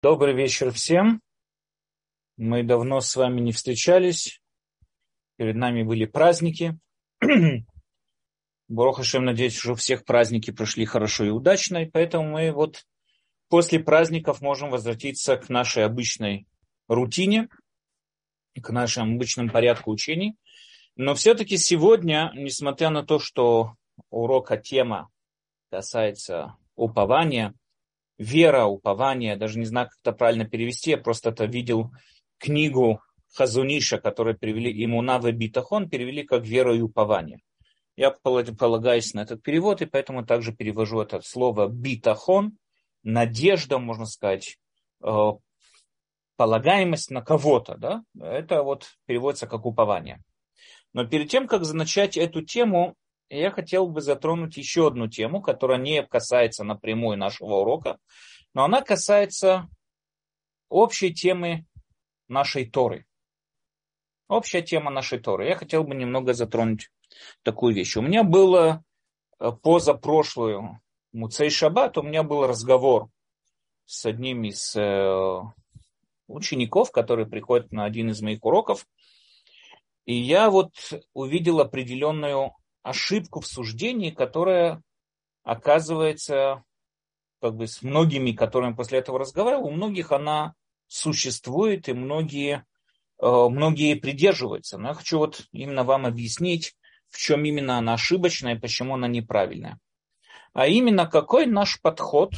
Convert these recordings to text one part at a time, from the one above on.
Добрый вечер всем. Мы давно с вами не встречались. Перед нами были праздники. Барух Ашем, надеюсь, что у всех праздники прошли хорошо и удачно. И поэтому мы вот после праздников можем возвратиться к нашей обычной рутине, к нашему обычному порядку учений. Но все-таки сегодня, несмотря на то, что урока тема касается упования, вера, упование, даже не знаю, как это правильно перевести, я просто это видел книгу Хазуниша, которую перевели «Имуна ве битахон», перевели как «вера и упование». Я полагаюсь на этот перевод, и поэтому также перевожу это слово «битахон», надежда, можно сказать, полагаемость на кого-то, да? Это вот переводится как упование. Но перед тем, как начать эту тему, я хотел бы затронуть еще одну тему, которая не касается напрямую нашего урока, но она касается общей темы нашей Торы. Общая тема нашей Торы. Я хотел бы немного затронуть такую вещь. У меня было позапрошлую Муцей Шаббат, у меня был разговор с одним из учеников, который приходит на один из моих уроков, и я вот увидел определенную ошибку в суждении, которая, оказывается, как бы с многими, которыми после этого разговаривал, у многих она существует, и многие придерживаются. Но я хочу вот именно вам объяснить, в чем именно она ошибочная и почему она неправильная. А именно, какой наш подход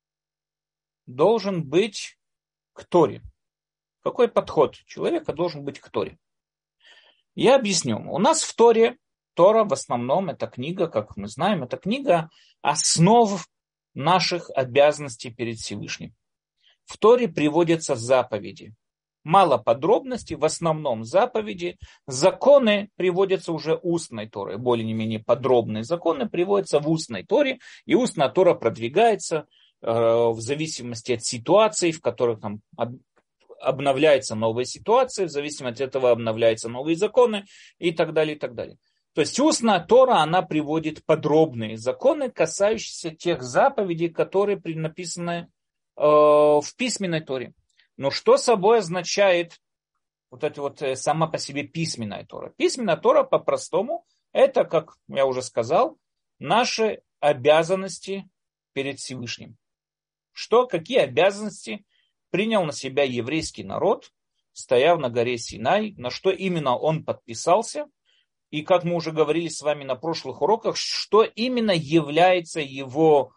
должен быть к Торе. Какой подход человека должен быть к Торе. Я объясню. У нас в Торе, Тора в основном, это книга, как мы знаем, это книга основ наших обязанностей перед Всевышним. В Торе приводятся заповеди. Мало подробностей, в основном заповеди. Законы приводятся уже устной Торой. Более-менее подробные законы приводятся в устной Торе. И устная Тора продвигается в зависимости от ситуаций, в которых там обновляется новая ситуация, в зависимости от этого обновляются новые законы и так далее, и так далее. То есть устная Тора, она приводит подробные законы, касающиеся тех заповедей, которые написаны в письменной Торе. Но что собой означает вот это вот сама по себе письменная Тора? Письменная Тора по-простому, это, как я уже сказал, наши обязанности перед Всевышним. Какие обязанности принял на себя еврейский народ, стояв на горе Синай, на что именно он подписался, и, как мы уже говорили с вами на прошлых уроках, что именно является его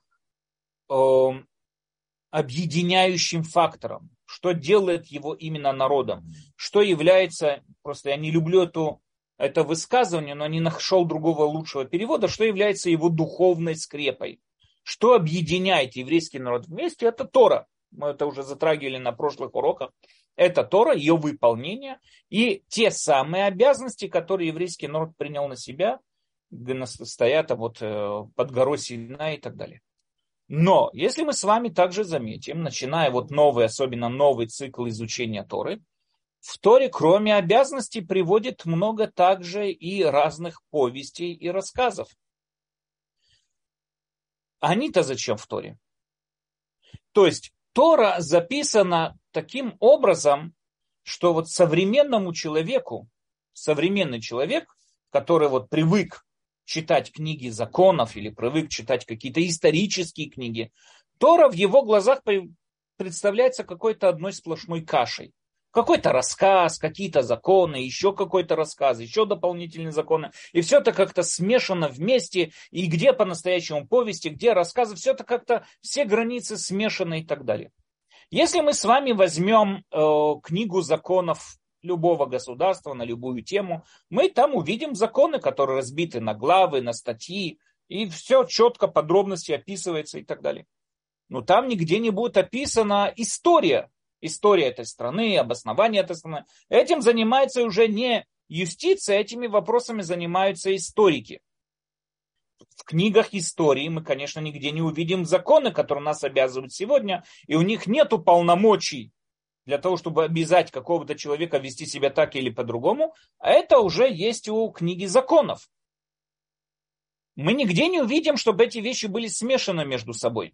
объединяющим фактором, что делает его именно народом, что является, просто я не люблю это высказывание, но не нашел другого лучшего перевода, что является его духовной скрепой. Что объединяет еврейский народ вместе, это Тора. Мы это уже затрагивали на прошлых уроках. Это Тора, ее выполнение и те самые обязанности, которые еврейский народ принял на себя, стоят вот под горой Синай и так далее. Но если мы с вами также заметим, начиная вот особенно новый цикл изучения Торы, в Торе, кроме обязанностей, приводит много также и разных повестей и рассказов. Они-то зачем в Торе? То есть Тора записана таким образом, что вот современному человеку, современный человек, который вот привык читать книги законов или привык читать какие-то исторические книги, Тора в его глазах представляется какой-то одной сплошной кашей. Какой-то рассказ, какие-то законы, еще какой-то рассказ, еще дополнительные законы. И все это как-то смешано вместе. И где по-настоящему повести, где рассказы, все это как-то, все границы смешаны и так далее. Если мы с вами возьмем книгу законов любого государства на любую тему, мы там увидим законы, которые разбиты на главы, на статьи. И все четко, подробности описывается и так далее. Но там нигде не будет описана история этой страны, обоснование этой страны. Этим занимается уже не юстиция, этими вопросами занимаются историки. В книгах истории мы, конечно, нигде не увидим законы, которые нас обязывают сегодня, и у них нет полномочий для того, чтобы обязать какого-то человека вести себя так или по-другому, а это уже есть у книги законов. Мы нигде не увидим, чтобы эти вещи были смешаны между собой.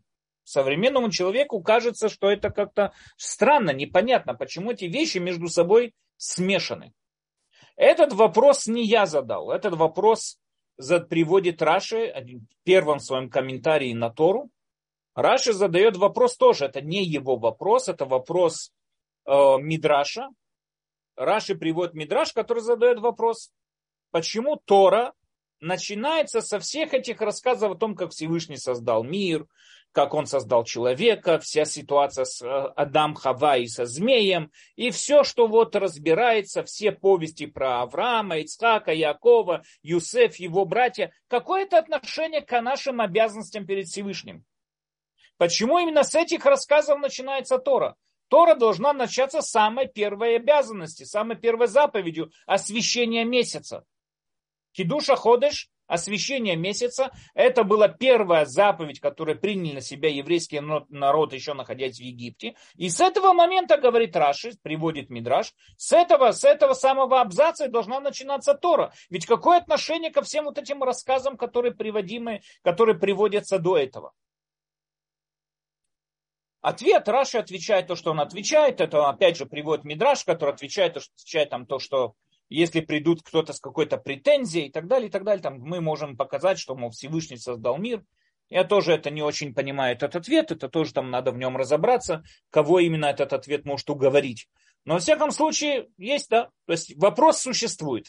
Современному человеку кажется, что это как-то странно, непонятно, почему эти вещи между собой смешаны. Этот вопрос не я задал, этот вопрос приводит Раши в первом своем комментарии на Тору. Раши задает вопрос тоже, это не его вопрос, это вопрос Мидраша. Раши приводит Мидраш, который задает вопрос, почему Тора начинается со всех этих рассказов о том, как Всевышний создал мир, как он создал человека, вся ситуация с Адам, Хава и со змеем, и все, что вот разбирается, все повести про Авраама, Ицхака, Якова, Юсеф, его братья, какое это отношение к нашим обязанностям перед Всевышним? Почему именно с этих рассказов начинается Тора? Тора должна начаться с самой первой обязанности, самой первой заповедью – освящения месяца. Кидуша Ходеш, освящение месяца, это была первая заповедь, которую принял на себя еврейский народ, еще находясь в Египте. И с этого момента, говорит Раши, приводит Мидраш, с этого самого абзаца должна начинаться Тора. Ведь какое отношение ко всем вот этим рассказам, которые приводятся до этого? Ответ Раши отвечает то, что он отвечает. Это опять же приводит Мидраш, который отвечает то, что если придут кто-то с какой-то претензией и так далее, там мы можем показать, что, мол, Всевышний создал мир. Я тоже это не очень понимаю, этот ответ. Это тоже там надо в нем разобраться, кого именно этот ответ может уговорить. Но во всяком случае есть, да. То есть вопрос существует.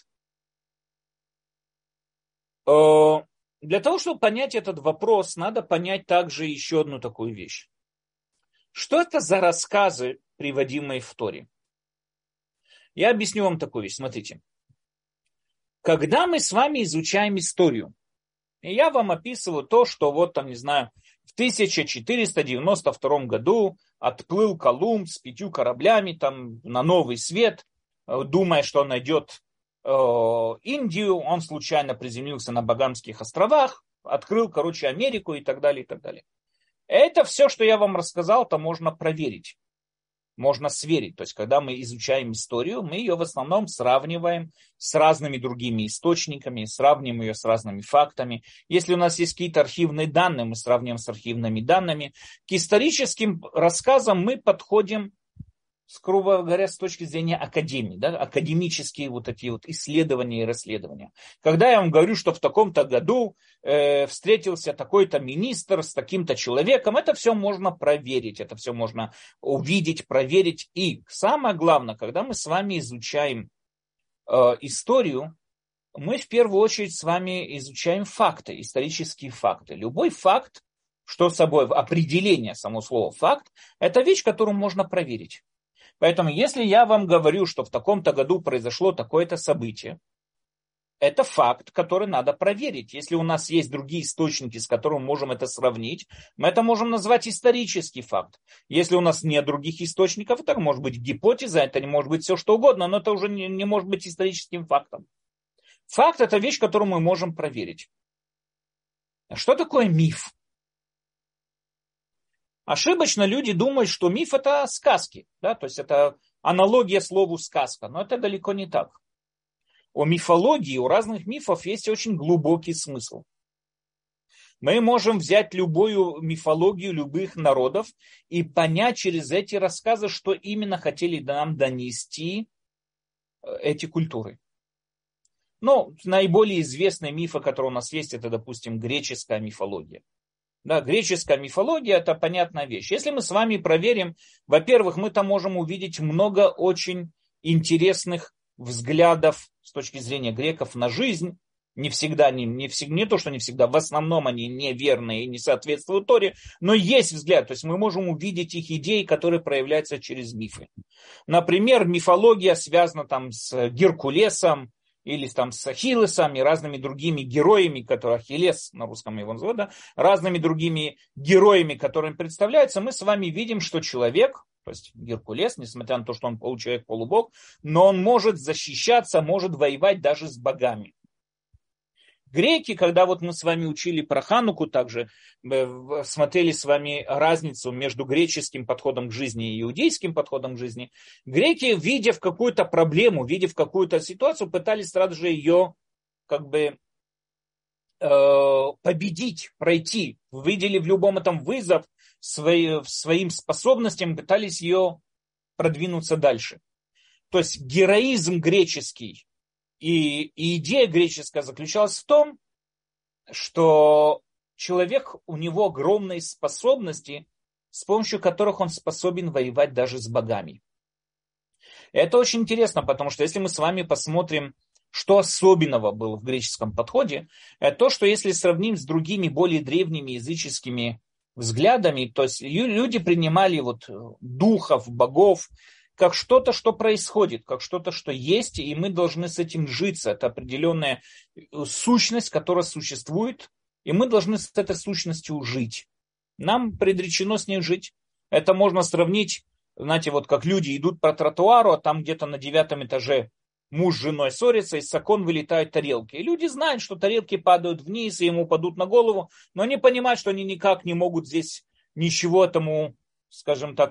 Для того, чтобы понять этот вопрос, надо понять также еще одну такую вещь. Что это за рассказы, приводимые в Торе? Я объясню вам такую вещь. Смотрите. Когда мы с вами изучаем историю, и я вам описываю то, что вот там, не знаю, в 1492 году отплыл Колумб с 5 кораблями там на новый свет, думая, что он найдет Индию, он случайно приземлился на Багамских островах, открыл, Америку и так далее, и так далее. Это все, что я вам рассказал, это можно проверить, можно сверить. То есть, когда мы изучаем историю, мы ее в основном сравниваем с разными другими источниками, сравниваем ее с разными фактами. Если у нас есть какие-то архивные данные, мы сравниваем с архивными данными. К историческим рассказам мы подходим, грубо говоря, с точки зрения академии, да, академические вот такие вот исследования и расследования. Когда я вам говорю, что в таком-то году встретился такой-то министр с таким-то человеком, это все можно проверить, это все можно увидеть, проверить. И самое главное, когда мы с вами изучаем историю, мы в первую очередь с вами изучаем факты, исторические факты. Любой факт, что собой определение, само слово факт, это вещь, которую можно проверить. Поэтому, если я вам говорю, что в таком-то году произошло такое-то событие, это факт, который надо проверить. Если у нас есть другие источники, с которыми мы можем это сравнить, мы это можем назвать исторический факт. Если у нас нет других источников, это может быть гипотеза, это не может быть все что угодно, но это уже не может быть историческим фактом. Факт – это вещь, которую мы можем проверить. А что такое миф? Ошибочно люди думают, что миф – это сказки, да? То есть это аналогия слову сказка, но это далеко не так. У мифологии, у разных мифов есть очень глубокий смысл. Мы можем взять любую мифологию любых народов и понять через эти рассказы, что именно хотели нам донести эти культуры. Ну, наиболее известные мифы, которые у нас есть, это, допустим, греческая мифология. Да, греческая мифология – это понятная вещь. Если мы с вами проверим, во-первых, мы там можем увидеть много очень интересных взглядов с точки зрения греков на жизнь. Не всегда, не то, что не всегда, в основном они неверные и не соответствуют Торе, но есть взгляд. То есть мы можем увидеть их идеи, которые проявляются через мифы. Например, мифология связана там с Геркулесом, или там с Ахиллесом и разными другими героями, которые Ахиллес, на русском его называют, да, разными другими героями, которыми представляются, мы с вами видим, что человек, то есть Геркулес, несмотря на то, что он получеловек-полубог, но он может защищаться, может воевать даже с богами. Греки, когда вот мы с вами учили про Хануку, также смотрели с вами разницу между греческим подходом к жизни и иудейским подходом к жизни, греки, видя в какую-то проблему, видя в какую-то ситуацию, пытались сразу же ее как бы победить, пройти. Вы видели в любом этом вызов своим способностям, пытались ее продвинуться дальше. То есть героизм греческий и идея греческая заключалась в том, что человек, у него огромные способности, с помощью которых он способен воевать даже с богами. Это очень интересно, потому что если мы с вами посмотрим, что особенного было в греческом подходе, это то, что если сравним с другими более древними языческими взглядами, то есть люди принимали вот духов, богов, как что-то, что происходит, как что-то, что есть, и мы должны с этим житься. Это определенная сущность, которая существует, и мы должны с этой сущностью жить. Нам предречено с ней жить. Это можно сравнить, знаете, вот как люди идут по тротуару, а там где-то на 9 этаже муж с женой ссорится, из окон вылетают тарелки. И люди знают, что тарелки падают вниз, и ему падут на голову, но они понимают, что они никак не могут здесь ничего этому, скажем так,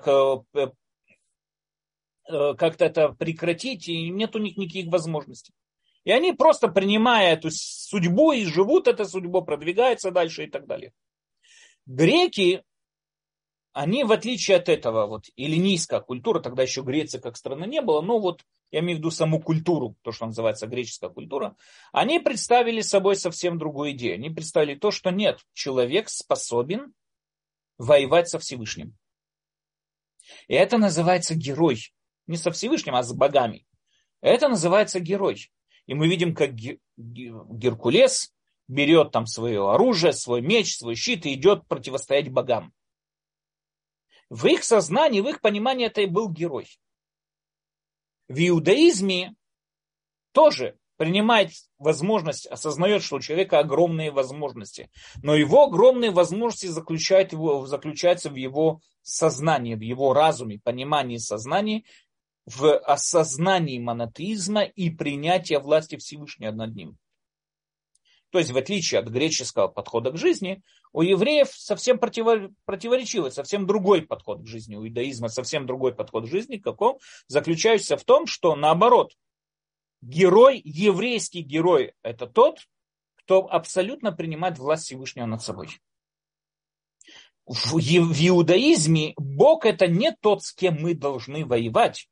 как-то это прекратить, и нет у них никаких возможностей. И они просто, принимая эту судьбу, и живут этой судьбой, продвигаются дальше и так далее. Греки, они, в отличие от этого, вот эллинийская культура, тогда еще Греции как страны не было, но вот я имею в виду саму культуру, то, что называется греческая культура, они представили собой совсем другую идею. Они представили то, что нет, человек способен воевать со Всевышним. И это называется герой. Не со Всевышним, а с богами. Это называется герой. И мы видим, как Геркулес берет там свое оружие, свой меч, свой щит и идет противостоять богам. В их сознании, в их понимании это и был герой. В иудаизме тоже принимает возможность, осознает, что у человека огромные возможности. Но его огромные возможности заключаются в его сознании, в его разуме, понимании сознания, в осознании монотеизма и принятия власти Всевышнего над ним. То есть, в отличие от греческого подхода к жизни, у евреев совсем противоречивый, совсем другой подход к жизни. У иудаизма совсем другой подход к жизни, каков заключающийся в том, что наоборот, герой, еврейский герой, это тот, кто абсолютно принимает власть Всевышнего над собой. В иудаизме Бог это не тот, с кем мы должны воевать.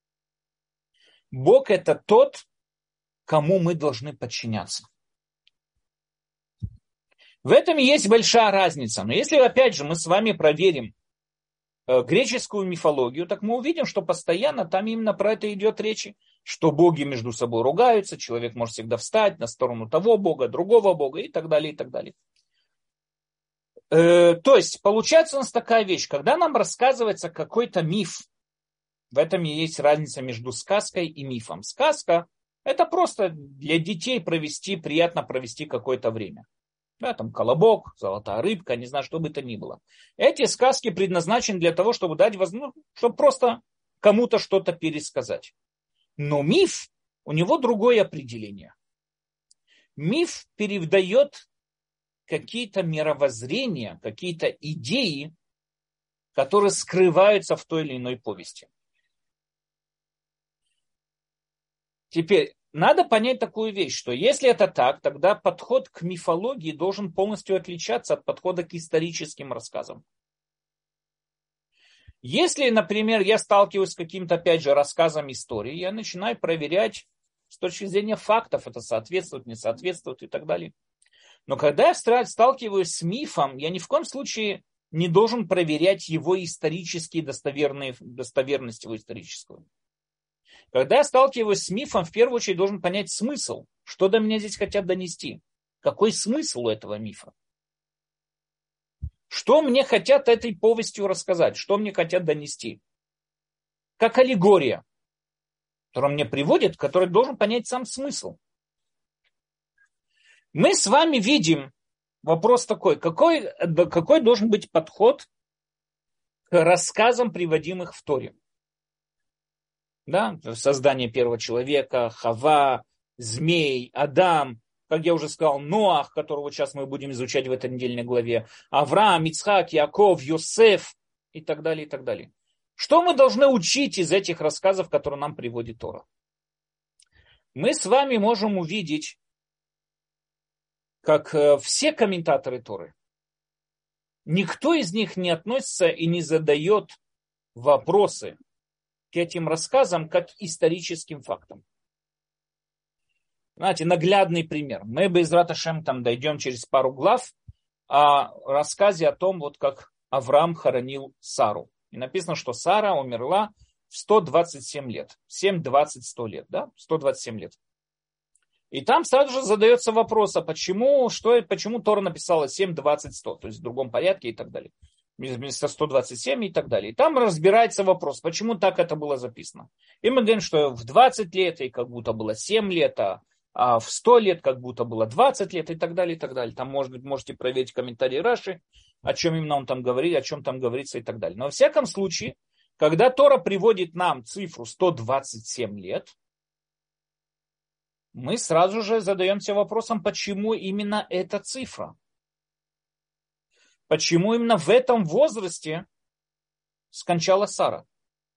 Бог это тот, кому мы должны подчиняться. В этом и есть большая разница. Но если, опять же, мы с вами проверим греческую мифологию, так мы увидим, что постоянно там именно про это идет речь, что боги между собой ругаются, человек может всегда встать на сторону того бога, другого бога и так далее, и так далее. То есть, получается у нас такая вещь, когда нам рассказывается какой-то миф, в этом и есть разница между сказкой и мифом. Сказка – это просто для детей приятно провести какое-то время. Да, там колобок, золотая рыбка, не знаю, что бы это ни было. Эти сказки предназначены для того, чтобы дать возможность, чтобы просто кому-то что-то пересказать. Но миф, у него другое определение. Миф передает какие-то мировоззрения, какие-то идеи, которые скрываются в той или иной повести. Теперь, надо понять такую вещь, что если это так, тогда подход к мифологии должен полностью отличаться от подхода к историческим рассказам. Если, например, я сталкиваюсь с каким-то, опять же, рассказом истории, я начинаю проверять с точки зрения фактов, это соответствует, не соответствует и так далее. Но когда я сталкиваюсь с мифом, я ни в коем случае не должен проверять его исторические достоверность его историческую. Когда я сталкиваюсь с мифом, в первую очередь должен понять смысл. Что до меня здесь хотят донести? Какой смысл у этого мифа? Что мне хотят этой повестью рассказать? Что мне хотят донести? Как аллегория, которая мне приводит, который должен понять сам смысл. Мы с вами видим вопрос такой. Какой должен быть подход к рассказам, приводимых в Торе? Да, создание первого человека, Хава, змей, Адам, как я уже сказал, Ноах, которого сейчас мы будем изучать в этой недельной главе, Авраам, Ицхак, Яков, Йосеф и так далее, и так далее. Что мы должны учить из этих рассказов, которые нам приводит Тора? Мы с вами можем увидеть как все комментаторы Торы, никто из них не относится и не задает вопросы к этим рассказам как историческим фактам. Знаете, наглядный пример. Мы Бе'эзрат Ашем там дойдем через пару глав о рассказе о том, вот как Авраам хоронил Сару. И написано, что Сара умерла в 127 лет. 7, 20, 100 лет, да? 127 лет. И там сразу же задается вопрос, а почему Тора написала 7, 20, 100, то есть в другом порядке и так далее. Вместо 127 и так далее. И там разбирается вопрос, почему так это было записано. И мы говорим, что в 20 лет и как будто было 7 лет, а в 100 лет как будто было 20 лет и так далее, и так далее. Там можете проверить комментарии Раши, о чем именно он там говорит, о чем там говорится и так далее. Но во всяком случае, когда Тора приводит нам цифру 127 лет, мы сразу же задаемся вопросом, почему именно эта цифра? Почему именно в этом возрасте скончалась Сара?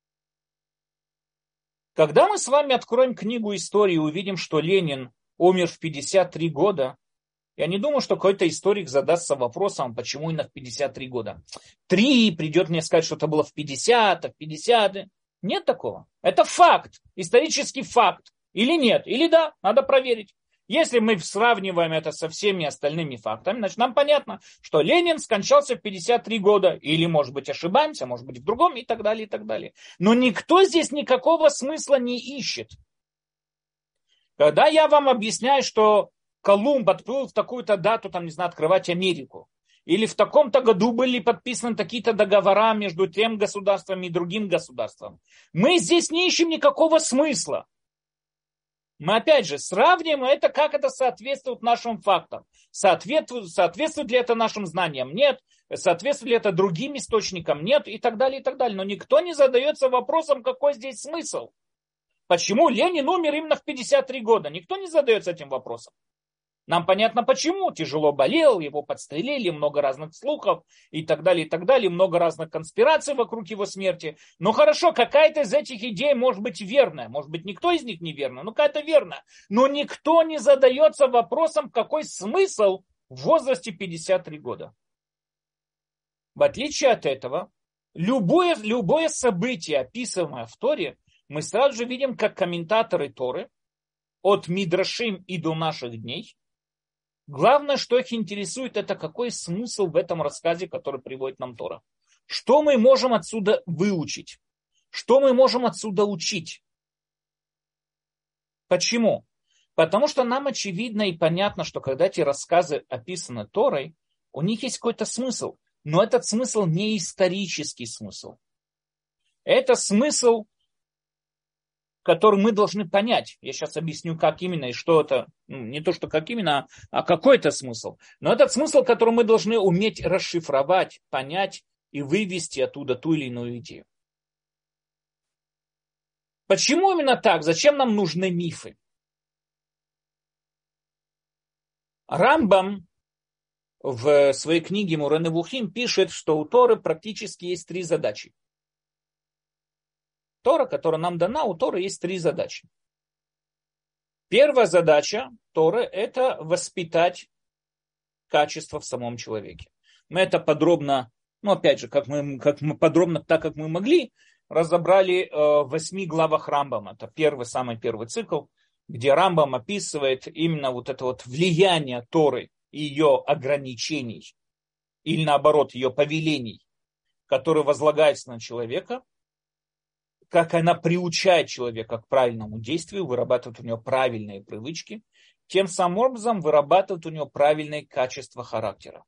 Когда мы с вами откроем книгу истории и увидим, что Ленин умер в 53 года, я не думаю, что какой-то историк задастся вопросом, почему именно в 53 года. 3 придет мне сказать, что это было в 50, а в 50. Нет такого. Это факт, исторический факт. Или нет, или да, надо проверить. Если мы сравниваем это со всеми остальными фактами, значит, нам понятно, что Ленин скончался в 53 года. Или, может быть, ошибаемся, может быть, в другом и так далее, и так далее. Но никто здесь никакого смысла не ищет. Когда я вам объясняю, что Колумб отплыл в такую-то дату, там, не знаю, открывать Америку, или в таком-то году были подписаны такие-то договора между тем государством и другим государством, мы здесь не ищем никакого смысла. Мы опять же сравниваем это, как это соответствует нашим фактам. Соответствует ли это нашим знаниям? Нет. Соответствует ли это другим источникам? Нет. И так далее, и так далее. Но никто не задается вопросом, какой здесь смысл. Почему Ленин умер именно в 53 года? Никто не задается этим вопросом. Нам понятно почему. Тяжело болел, его подстрелили, много разных слухов и так далее, много разных конспираций вокруг его смерти. Но хорошо, какая-то из этих идей может быть верная. Может быть, никто из них не верна, но какая-то верна. Но никто не задается вопросом, какой смысл в возрасте 53 года. В отличие от этого, любое событие, описываемое в Торе, мы сразу же видим, как комментаторы Торы от Мидрашим и до наших дней, главное, что их интересует, это какой смысл в этом рассказе, который приводит нам Тора. Что мы можем отсюда выучить? Что мы можем отсюда учить? Почему? Потому что нам очевидно и понятно, что когда эти рассказы описаны Торой, у них есть какой-то смысл. Но этот смысл не исторический смысл. Это смысл, который мы должны понять. Я сейчас объясню, как именно и что это. Не то, что как именно, а какой это смысл. Но этот смысл, который мы должны уметь расшифровать, понять и вывести оттуда ту или иную идею. Почему именно так? Зачем нам нужны мифы? Рамбам в своей книге Муре Невухим пишет, что у Торы практически есть 3 задачи. Тора, которая нам дана, у Торы есть 3 задачи. Первая задача Торы – это воспитать качество в самом человеке. Мы это подробно, опять же, как мы подробно, так как мы могли, разобрали в 8 главах Рамбама. Это самый первый цикл, где Рамбам описывает именно вот это вот влияние Торы и ее ограничений, или наоборот, ее повелений, которые возлагаются на человека, как она приучает человека к правильному действию, вырабатывает у него правильные привычки, тем самым образом вырабатывает у него правильные качества характера.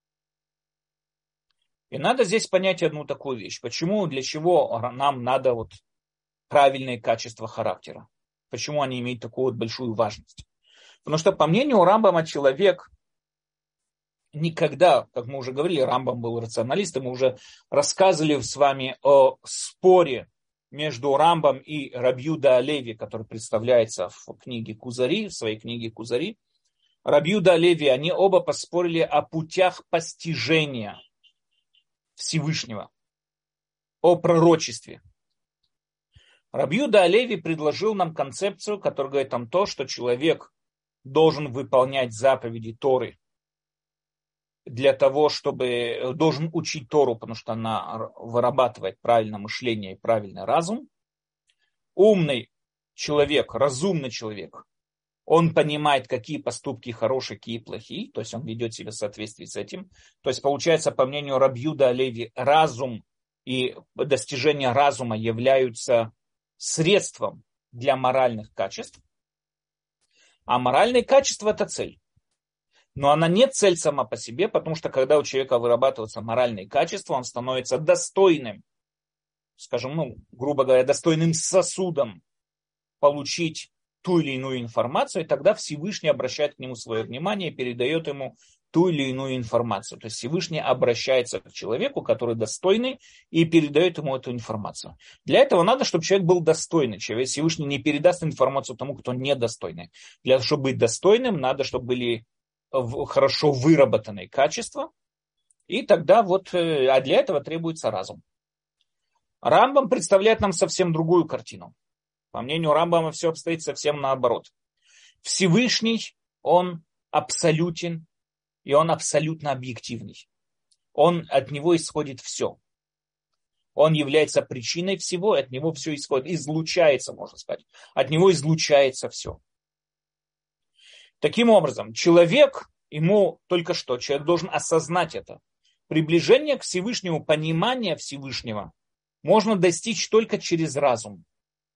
И надо здесь понять одну такую вещь. Почему, для чего нам надо правильные качества характера? Почему они имеют такую большую важность? Потому что, по мнению Рамбама, человек никогда, как мы уже говорили, Рамбам был рационалистом, мы уже рассказывали с вами о споре между Рамбам и Раби Юда Алеви, который представляется в книге Кузари, в своей книге Кузари. Раби Юда Алеви, они оба поспорили о путях постижения Всевышнего, о пророчестве. Раби Юда Алеви предложил нам концепцию, которая говорит о том, что человек должен выполнять заповеди Торы для того, чтобы должен учить Тору, потому что она вырабатывает правильное мышление и правильный разум. Умный человек, разумный человек, он понимает, какие поступки хорошие, какие плохие, то есть он ведет себя в соответствии с этим. То есть получается, по мнению Рабби Юда Алеви, разум и достижение разума являются средством для моральных качеств, а моральные качества – это цель. Но она не цель сама по себе, потому что когда у человека вырабатываются моральные качества, он становится достойным, скажем, грубо говоря, достойным сосудом получить ту или иную информацию, и тогда Всевышний обращает к нему свое внимание и передает ему ту или иную информацию. То есть Всевышний обращается к человеку, который достойный, и передает ему эту информацию. Для этого надо, чтобы человек был достойный. Человек Всевышний не передаст информацию тому, кто недостойный. Для того, чтобы быть достойным, надо, чтобы были хорошо выработанные качества, и тогда а для этого требуется разум. Рамбам представляет нам совсем другую картину. По мнению Рамбама все обстоит совсем наоборот. Всевышний, он абсолютен, и он абсолютно объективный. От него исходит все. Он является причиной всего, от него все исходит, излучается, можно сказать. От него излучается все. Таким образом, человек должен осознать это. Приближение к Всевышнему, понимание Всевышнего можно достичь только через разум.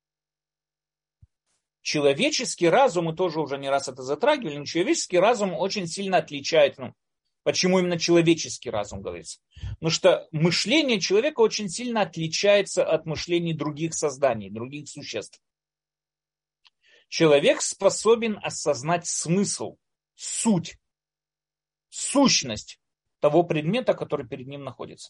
Человеческий разум, мы тоже уже не раз это затрагивали, но человеческий разум очень сильно отличает. Почему именно человеческий разум говорится? Потому что мышление человека очень сильно отличается от мышления других созданий, других существ. Человек способен осознать смысл, суть, сущность того предмета, который перед ним находится.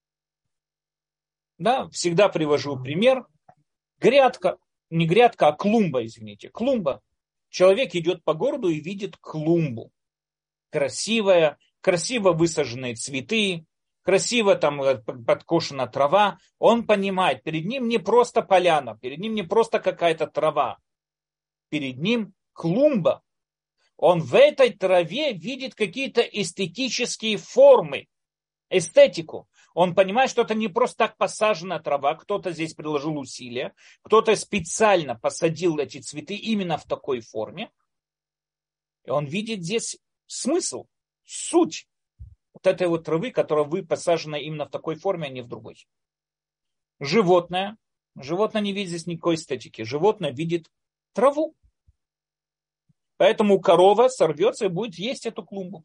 Да, всегда привожу пример. Грядка, не грядка, а клумба, извините. Клумба. Человек идет по городу и видит клумбу. Красивая, красиво высаженные цветы, красиво там подкошена трава. Он понимает, перед ним не просто поляна, перед ним не просто какая-то трава. Перед ним клумба. Он в этой траве видит какие-то эстетические формы, эстетику. Он понимает, что это не просто так посаженная трава, кто-то здесь приложил усилия, кто-то специально посадил эти цветы именно в такой форме. И он видит здесь смысл, суть вот этой вот травы, которая посажена именно в такой форме, а не в другой. Животное не видит здесь никакой эстетики. Животное видит траву. Поэтому корова сорвется и будет есть эту клумбу.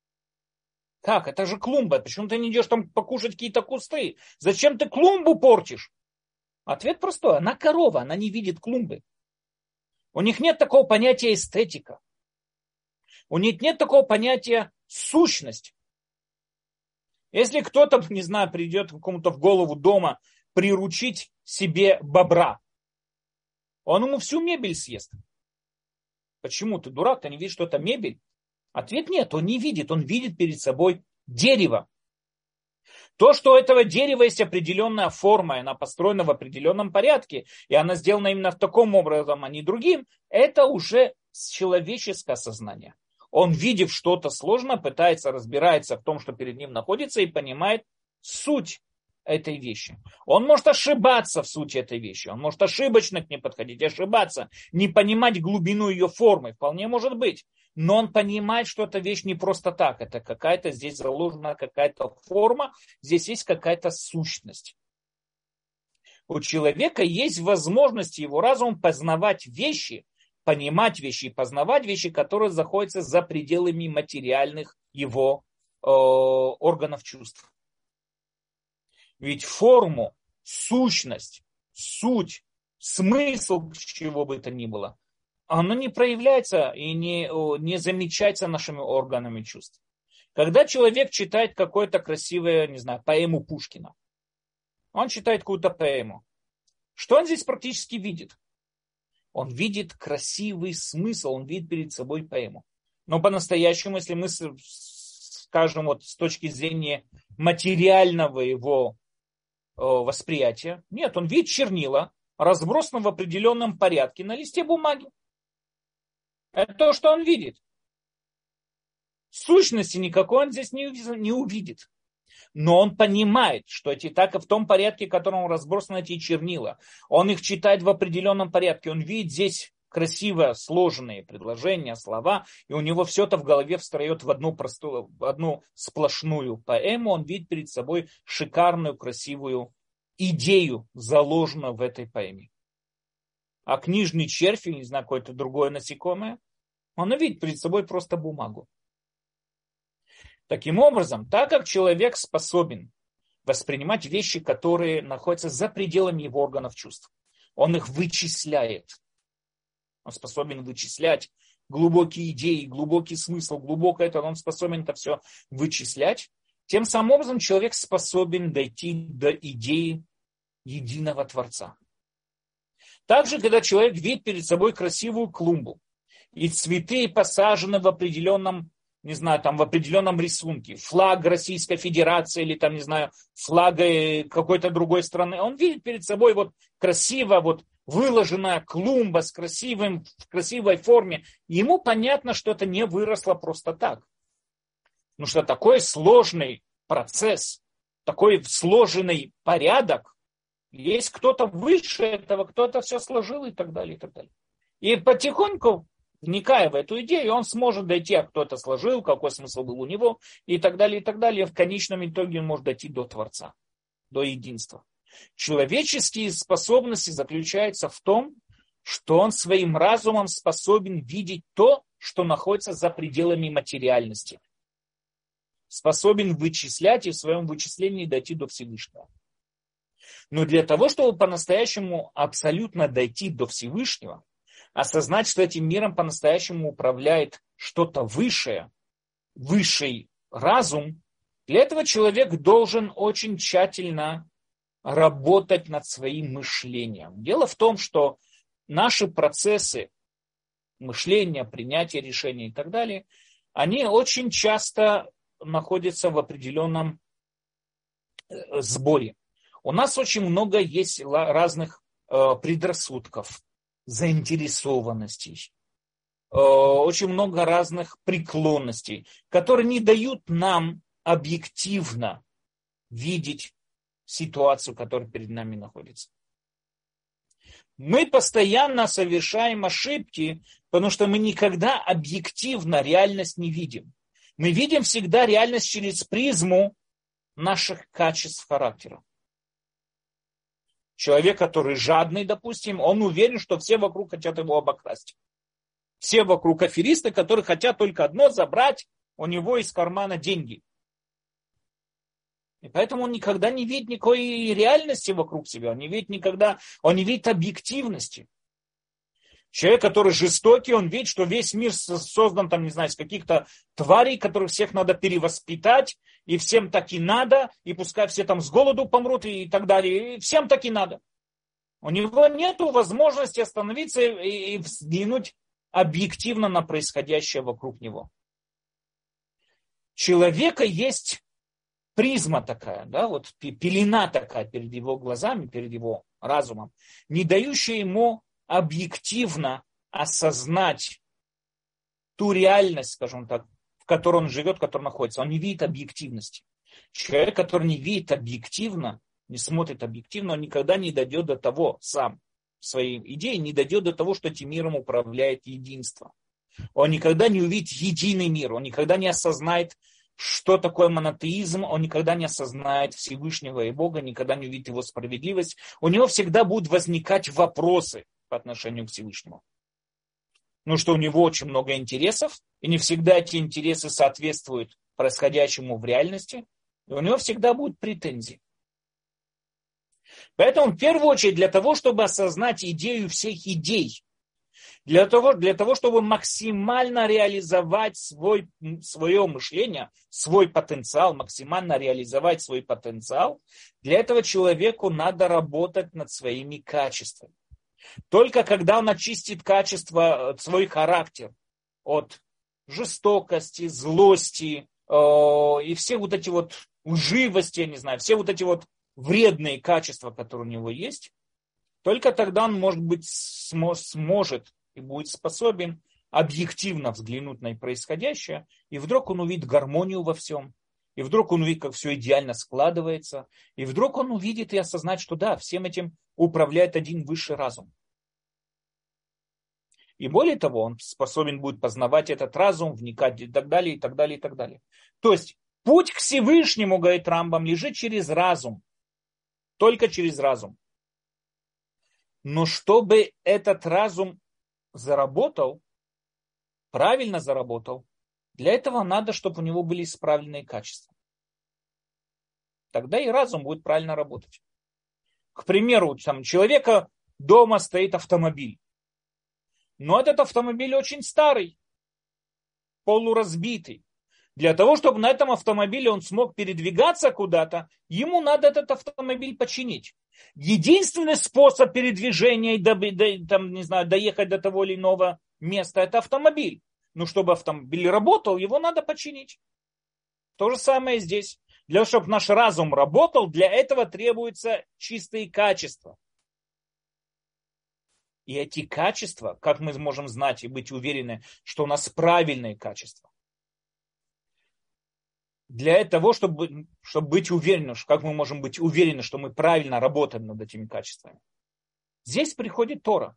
Как? Это же клумба. Почему ты не идешь там покушать какие-то кусты? Зачем ты клумбу портишь? Ответ простой. Она корова, она не видит клумбы. У них нет такого понятия эстетика. У них нет такого понятия сущность. Если кто-то, не знаю, придет кому-то в голову дома приручить себе бобра, он ему всю мебель съест. Почему? Ты дурак, ты не видишь, что это мебель? Ответ нет, он не видит, он видит перед собой дерево. То, что у этого дерева есть определенная форма, и она построена в определенном порядке, и она сделана именно в таком образом, а не другим, это уже человеческое сознание. Он, видев что-то сложное, разбирается в том, что перед ним находится, и понимает суть этой вещи. Он может ошибаться в сути этой вещи, он может ошибочно к ней подходить, ошибаться, не понимать глубину ее формы, вполне может быть. Но он понимает, что эта вещь не просто так, это какая-то здесь заложена какая-то форма, здесь есть какая-то сущность. У человека есть возможность его разумом познавать вещи, понимать вещи и познавать вещи, которые находятся за пределами материальных его органов чувств. Ведь форму, сущность, суть, смысл чего бы то ни было, оно не проявляется и не замечается нашими органами чувств. Когда человек читает какое-то красивое, не знаю, поэму Пушкина, он читает какую-то поэму, что он здесь практически видит? Он видит красивый смысл, он видит перед собой поэму. Но по-настоящему, если мы скажем вот с точки зрения материального его восприятия, нет, он видит чернила, разбросанные в определенном порядке на листе бумаги. Это то, что он видит. Сущности никакой он здесь не увидит. Но он понимает, что эти так и в том порядке, в котором разбросаны эти чернила. Он их читает в определенном порядке. Он видит здесь красиво сложенные предложения, слова, и у него все это в голове встает в одну сплошную поэму. Он видит перед собой шикарную, красивую идею, заложенную в этой поэме. А книжный червь, или не знаю, какое-то другое насекомое, он видит перед собой просто бумагу. Таким образом, так как человек способен воспринимать вещи, которые находятся за пределами его органов чувств, он их вычисляет. Он способен вычислять глубокие идеи, глубокий смысл, глубокое это, он способен это все вычислять. Тем самым образом человек способен дойти до идеи единого Творца. Также, когда человек видит перед собой красивую клумбу, и цветы посажены в определенном, не знаю, там в определенном рисунке, флаг Российской Федерации или там, не знаю, флаг какой-то другой страны, он видит перед собой вот красиво вот выложенная клумба в красивой форме. Ему понятно, что это не выросло просто так. Потому что такой сложный процесс, такой сложенный порядок, есть кто-то выше этого, кто-то все сложил и так далее, и так далее. И потихоньку, вникая в эту идею, он сможет дойти, а кто это сложил, какой смысл был у него, и так далее, и так далее. В конечном итоге он может дойти до Творца, до единства. Человеческие способности заключаются в том, что он своим разумом способен видеть то, что находится за пределами материальности. Способен вычислять и в своем вычислении дойти до Всевышнего. Но для того, чтобы по-настоящему абсолютно дойти до Всевышнего, осознать, что этим миром по-настоящему управляет что-то высшее, высший разум, для этого человек должен очень тщательно работать над своим мышлением. Дело в том, что наши процессы мышления, принятия решений и так далее, они очень часто находятся в определенном сборе. У нас очень много есть разных предрассудков, заинтересованностей, очень много разных преклонностей, которые не дают нам объективно видеть ситуацию, которая перед нами находится. Мы постоянно совершаем ошибки, потому что мы никогда объективно реальность не видим. Мы видим всегда реальность через призму наших качеств характера. Человек, который жадный, допустим, он уверен, что все вокруг хотят его обокрасть. Все вокруг аферисты, которые хотят только одно — забрать у него из кармана деньги. И поэтому он никогда не видит никакой реальности вокруг себя, он не видит объективности. Человек, который жестокий, он видит, что весь мир создан, там, не знаю, из каких-то тварей, которых всех надо перевоспитать, и всем так и надо, и пускай все там с голоду помрут, и так далее, и всем так и надо. У него нет возможности остановиться и взглянуть объективно на происходящее вокруг него. Человека есть призма такая, да, вот пелена такая перед его глазами, перед его разумом, не дающая ему объективно осознать ту реальность, скажем так, в которой он живет, в которой находится. Он не видит объективности. Человек, который не видит объективно, не смотрит объективно, он никогда не дойдет до того сам, своей идеи, не дойдет до того, что этим миром управляет единство. Он никогда не увидит единый мир, он никогда не осознает, что такое монотеизм, он никогда не осознает Всевышнего и Бога, никогда не увидит его справедливость. У него всегда будут возникать вопросы по отношению к Всевышнему. Ну что у него очень много интересов, и не всегда эти интересы соответствуют происходящему в реальности, и у него всегда будут претензии. Поэтому в первую очередь для того, чтобы осознать идею всех идей, для того, чтобы максимально реализовать свое мышление, свой потенциал, максимально реализовать свой потенциал, для этого человеку надо работать над своими качествами. Только когда он очистит качество, свой характер от жестокости, злости и все вот эти вот лживости, я не знаю, все вот эти вот вредные качества, которые у него есть, только тогда он, может быть, сможет и будет способен объективно взглянуть на происходящее, и вдруг он увидит гармонию во всем, и вдруг он увидит, как все идеально складывается, и вдруг он увидит и осознает, что да, всем этим управляет один высший разум. И более того, он способен будет познавать этот разум, вникать и так далее, и так далее, и так далее. То есть путь к Всевышнему, говорит Рамбам, лежит через разум. Только через разум. Но чтобы этот разум заработал, правильно заработал, для этого надо, чтобы у него были исправленные качества. Тогда и разум будет правильно работать. К примеру, там, у человека дома стоит автомобиль. Но этот автомобиль очень старый, полуразбитый. Для того, чтобы на этом автомобиле он смог передвигаться куда-то, ему надо этот автомобиль починить. Единственный способ передвижения и там, не знаю, доехать до того или иного места – это автомобиль. Но чтобы автомобиль работал, его надо починить. То же самое здесь. Для того, чтобы наш разум работал, для этого требуются чистые качества. И эти качества, как мы можем знать и быть уверены, что у нас правильные качества? Для того, чтобы быть уверенным, как мы можем быть уверены, что мы правильно работаем над этими качествами? Здесь приходит Тора.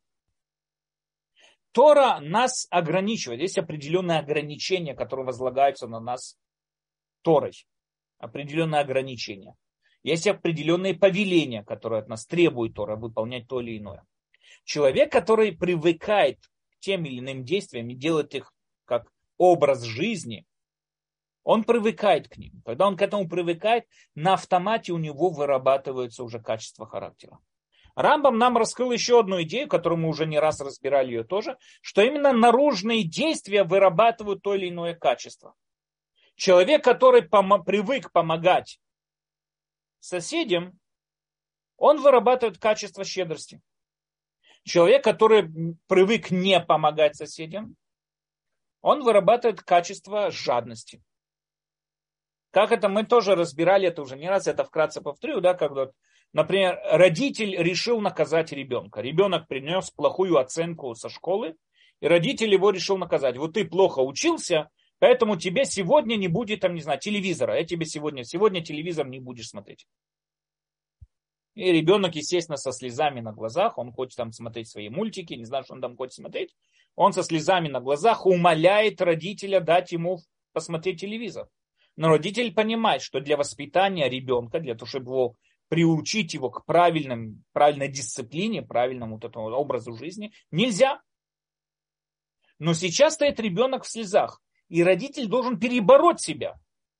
Тора нас ограничивает. Есть определенные ограничения, которые возлагаются на нас Торой. Определенные ограничения. Есть определенные повеления, которые от нас требует Тора выполнять то или иное. Человек, который привыкает к тем или иным действиям и делает их как образ жизни, он привыкает к ним. Когда он к этому привыкает, на автомате у него вырабатываются уже качества характера. Рамбам нам раскрыл еще одну идею, которую мы уже не раз разбирали ее тоже, что именно наружные действия вырабатывают то или иное качество. Человек, который привык помогать соседям, он вырабатывает качество щедрости. Человек, который привык не помогать соседям, он вырабатывает качество жадности. Как это мы тоже разбирали, это уже не раз, это вкратце повторю, да, когда, например, родитель решил наказать ребенка. Ребенок принес плохую оценку со школы, и родитель его решил наказать. Вот ты плохо учился, поэтому тебе сегодня не будет, там, не знаю, телевизора. Я тебе сегодня телевизор не будешь смотреть. И ребенок, естественно, со слезами на глазах, он хочет там смотреть свои мультики, не знаю, что он там хочет смотреть. Он со слезами на глазах умоляет родителя дать ему посмотреть телевизор. Но родитель понимает, что для воспитания ребенка, для того, чтобы его приучить его к правильной дисциплине, правильному вот этому образу жизни, нельзя. Но сейчас стоит ребенок в слезах, и родитель должен перебороть себя,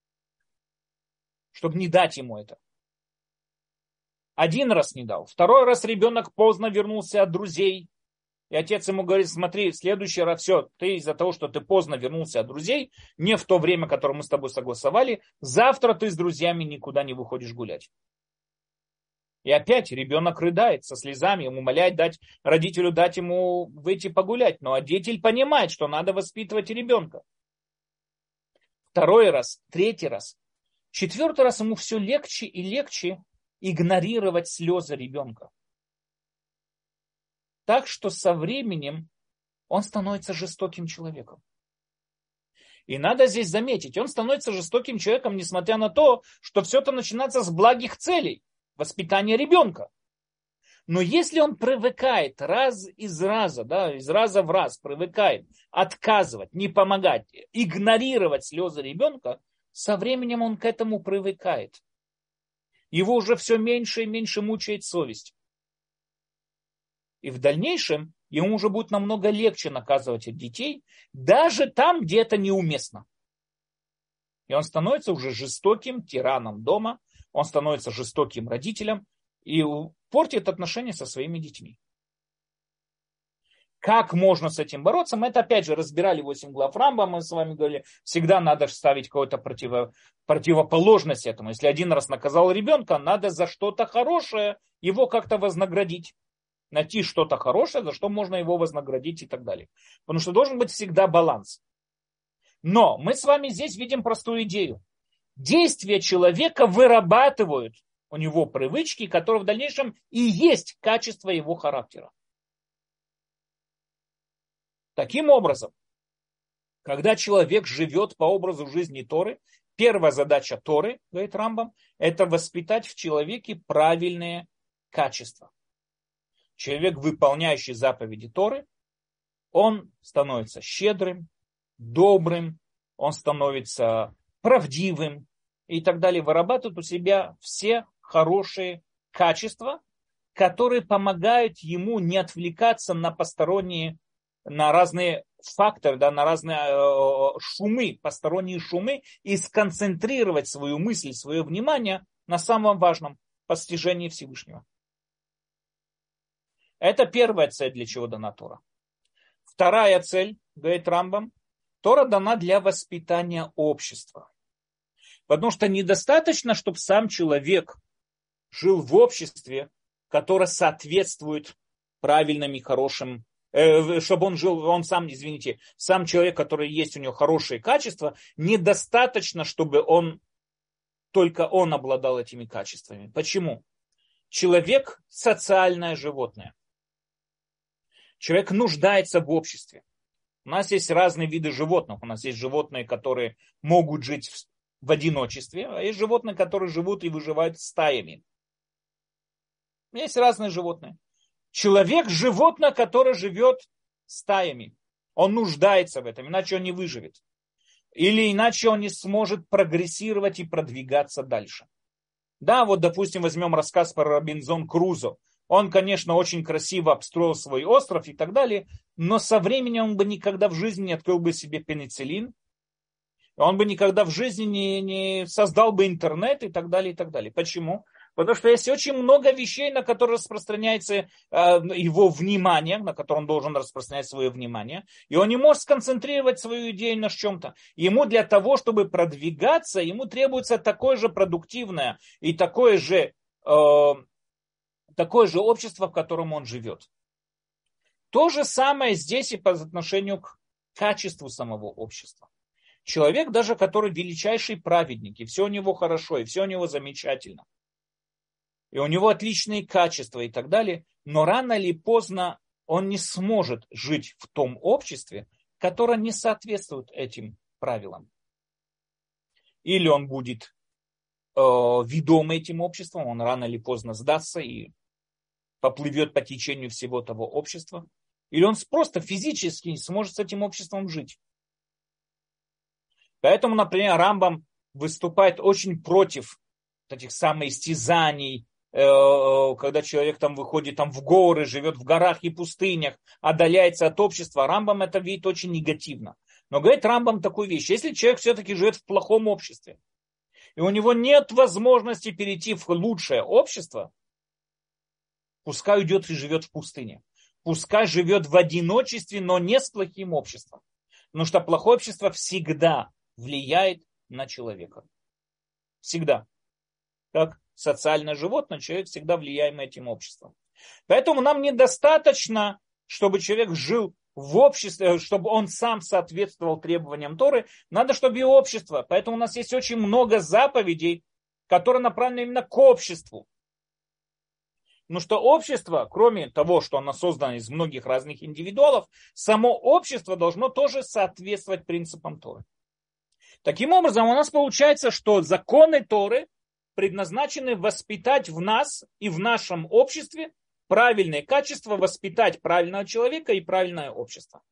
чтобы не дать ему это. Один раз не дал. Второй раз ребенок поздно вернулся от друзей. И отец ему говорит, смотри, в следующий раз все, ты из-за того, что ты поздно вернулся от друзей, не в то время, которое мы с тобой согласовали, завтра ты с друзьями никуда не выходишь гулять. И опять ребенок рыдает со слезами, умоляет родителю дать ему выйти погулять. Но родитель понимает, что надо воспитывать ребенка. Второй раз, третий раз. Четвертый раз ему все легче и легче игнорировать слезы ребенка. Так что со временем он становится жестоким человеком. И надо здесь заметить, он становится жестоким человеком, несмотря на то, что все это начинается с благих целей, воспитания ребенка. Но если он привыкает из раза в раз привыкает отказывать, не помогать, игнорировать слезы ребенка, со временем он к этому привыкает. Его уже все меньше и меньше мучает совесть. И в дальнейшем ему уже будет намного легче наказывать детей, даже там, где это неуместно. И он становится уже жестоким тираном дома, он становится жестоким родителем и портит отношения со своими детьми. Как можно с этим бороться? Мы это опять же разбирали 8 глав Рамбама, мы с вами говорили, всегда надо ставить какую-то противоположность этому. Если один раз наказал ребенка, надо за что-то хорошее его как-то вознаградить. Найти что-то хорошее, за что можно его вознаградить и так далее. Потому что должен быть всегда баланс. Но мы с вами здесь видим простую идею. Действия человека вырабатывают у него привычки, которые в дальнейшем и есть качество его характера. Таким образом, Когда человек живет по образу жизни Торы, первая задача Торы, говорит Рамбам, это воспитать в человеке правильные качества. Человек, выполняющий заповеди Торы, он становится щедрым, добрым, он становится правдивым и так далее. Вырабатывает у себя все хорошие качества, которые помогают ему не отвлекаться на посторонние, на разные факторы, да, на разные шумы, посторонние шумы, и сконцентрировать свою мысль, свое внимание на самом важном постижении Всевышнего. Это первая цель, для чего дана Тора. Вторая цель, говорит Рамбам, Тора дана для воспитания общества. Потому что недостаточно, чтобы сам человек жил в обществе, которое соответствует правильным и хорошим, чтобы он жил, он сам, извините, сам человек, который есть у него хорошие качества, недостаточно, чтобы только он обладал этими качествами. Почему? Человек – социальное животное. Человек нуждается в обществе. У нас есть разные виды животных. У нас есть животные, которые могут жить в одиночестве, а есть животные, которые живут и выживают стаями. Есть разные животные. Человек – животное, которое живет стаями. Он нуждается в этом, иначе он не выживет. Или иначе он не сможет прогрессировать и продвигаться дальше. Да, вот, допустим, возьмем рассказ про Робинзон Крузо. Он, конечно, очень красиво обстроил свой остров и так далее, но со временем он бы никогда в жизни не открыл бы себе пенициллин, он бы никогда в жизни не создал бы интернет и так далее, и так далее. Почему? Потому что есть очень много вещей, на которые распространяется его внимание, на которые он должен распространять свое внимание, и он не может сконцентрировать свою идею на чем-то. Ему для того, чтобы продвигаться, ему требуется такое же продуктивное и такое же общество, в котором он живет. То же самое здесь и по отношению к качеству самого общества. Человек, даже который величайший праведник, и все у него хорошо, и все у него замечательно, и у него отличные качества и так далее, но рано или поздно он не сможет жить в том обществе, которое не соответствует этим правилам. Или он будет ведом этим обществом, он рано или поздно сдастся и поплывет по течению всего того общества, или он просто физически не сможет с этим обществом жить. Поэтому, например, Рамбам выступает очень против этих самоистязаний, когда человек там выходит там в горы, живет в горах и пустынях, отдаляется от общества. Рамбам это видит очень негативно. Но говорит Рамбам такую вещь: если человек все-таки живет в плохом обществе, и у него нет возможности перейти в лучшее общество, пускай уйдет и живет в пустыне. Пускай живет в одиночестве, но не с плохим обществом. Потому что плохое общество всегда влияет на человека. Всегда. Как социальное животное, человек всегда влияем этим обществом. Поэтому нам недостаточно, чтобы человек жил в обществе, чтобы он сам соответствовал требованиям Торы. Надо, чтобы и общество. Поэтому у нас есть очень много заповедей, которые направлены именно к обществу. Потому что общество, кроме того, что оно создано из многих разных индивидуалов, само общество должно тоже соответствовать принципам Торы. Таким образом, у нас получается, что законы Торы предназначены воспитать в нас и в нашем обществе правильные качества, воспитать правильного человека и правильное общество.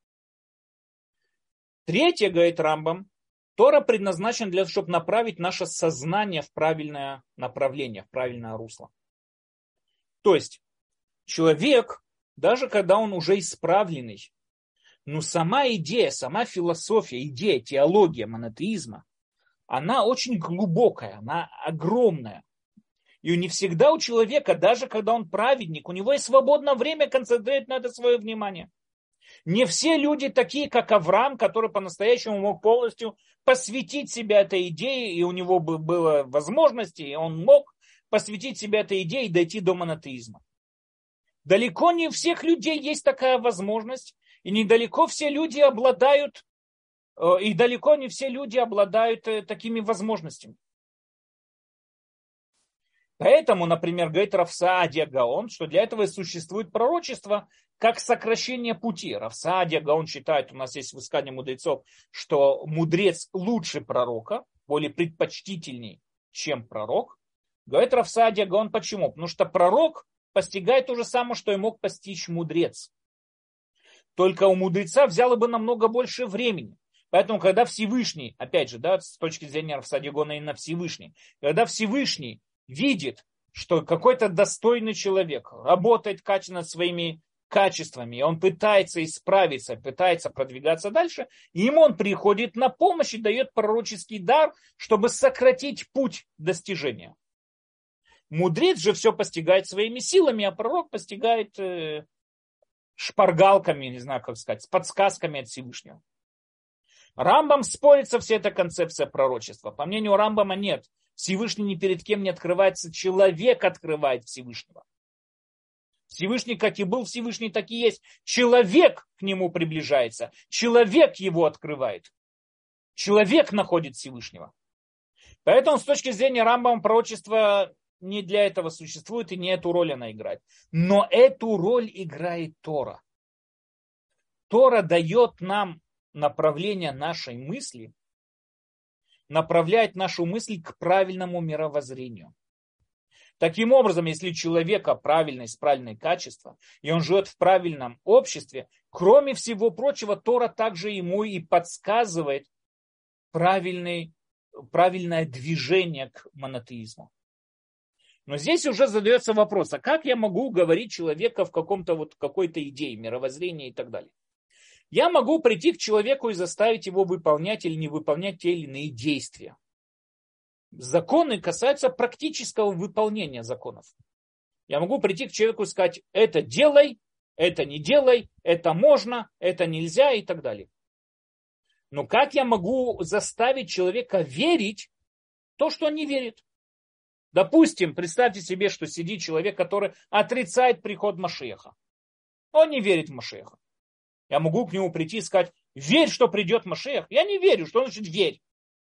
Третье, говорит Рамбам, Тора предназначена для того, чтобы направить наше сознание в правильное направление, в правильное русло. То есть человек, даже когда он уже исправленный, но сама идея, сама философия, идея, теология монотеизма, она очень глубокая, она огромная. И не всегда у человека, даже когда он праведник, у него есть свободное время концентрировать на это свое внимание. Не все люди такие, как Авраам, который по-настоящему мог полностью посвятить себя этой идее, и у него было возможности, и он мог посвятить себя этой идее и дойти до монотеизма. Далеко не у всех людей есть такая возможность, и недалеко все люди обладают, и далеко не все люди обладают такими возможностями. Поэтому, например, говорит Рав Саадия Гаон, что для этого и существует пророчество как сокращение пути. Рав Саадия Гаон считает, у нас есть высказание мудрецов, что мудрец лучше пророка, более предпочтительней, чем пророк. Говорит Рав Саадия Гаон, почему? Потому что пророк постигает то же самое, что и мог постичь мудрец. Только у мудреца взяло бы намного больше времени. Поэтому, когда Всевышний, опять же, да, с точки зрения Рав Саадия Гаона именно Всевышний, когда Всевышний видит, что какой-то достойный человек работает качественно над своими качествами, и он пытается исправиться, пытается продвигаться дальше, и ему он приходит на помощь и дает пророческий дар, чтобы сократить путь достижения. Мудрец же все постигает своими силами, а пророк постигает шпаргалками, не знаю, как сказать, с подсказками от Всевышнего. Рамбам спорит со всей этой концепцией пророчества. По мнению Рамбама нет. Всевышний ни перед кем не открывается, человек открывает Всевышнего. Всевышний, как и был Всевышний, так и есть. Человек к нему приближается, человек его открывает. Человек находит Всевышнего. Поэтому с точки зрения Рамбама пророчество не для этого существует и не эту роль она играет. Но эту роль играет Тора. Тора дает нам направление нашей мысли, направляет нашу мысль к правильному мировоззрению. Таким образом, если у человека правильные качества, и он живет в правильном обществе, кроме всего прочего, Тора также ему и подсказывает правильное движение к монотеизму. Но здесь уже задается вопрос, а как я могу уговорить человека в какой-то идее, мировоззрении и так далее? Я могу прийти к человеку и заставить его выполнять или не выполнять те или иные действия. Законы касаются практического выполнения законов. Я могу прийти к человеку и сказать, это делай, это не делай, это можно, это нельзя и так далее. Но как я могу заставить человека верить в то, что он не верит? Допустим, представьте себе, что сидит человек, который отрицает приход Машиаха. Он не верит в Машиаха. Я могу к нему прийти и сказать, верь, что придет Машиах. Я не верю. Что значит верь?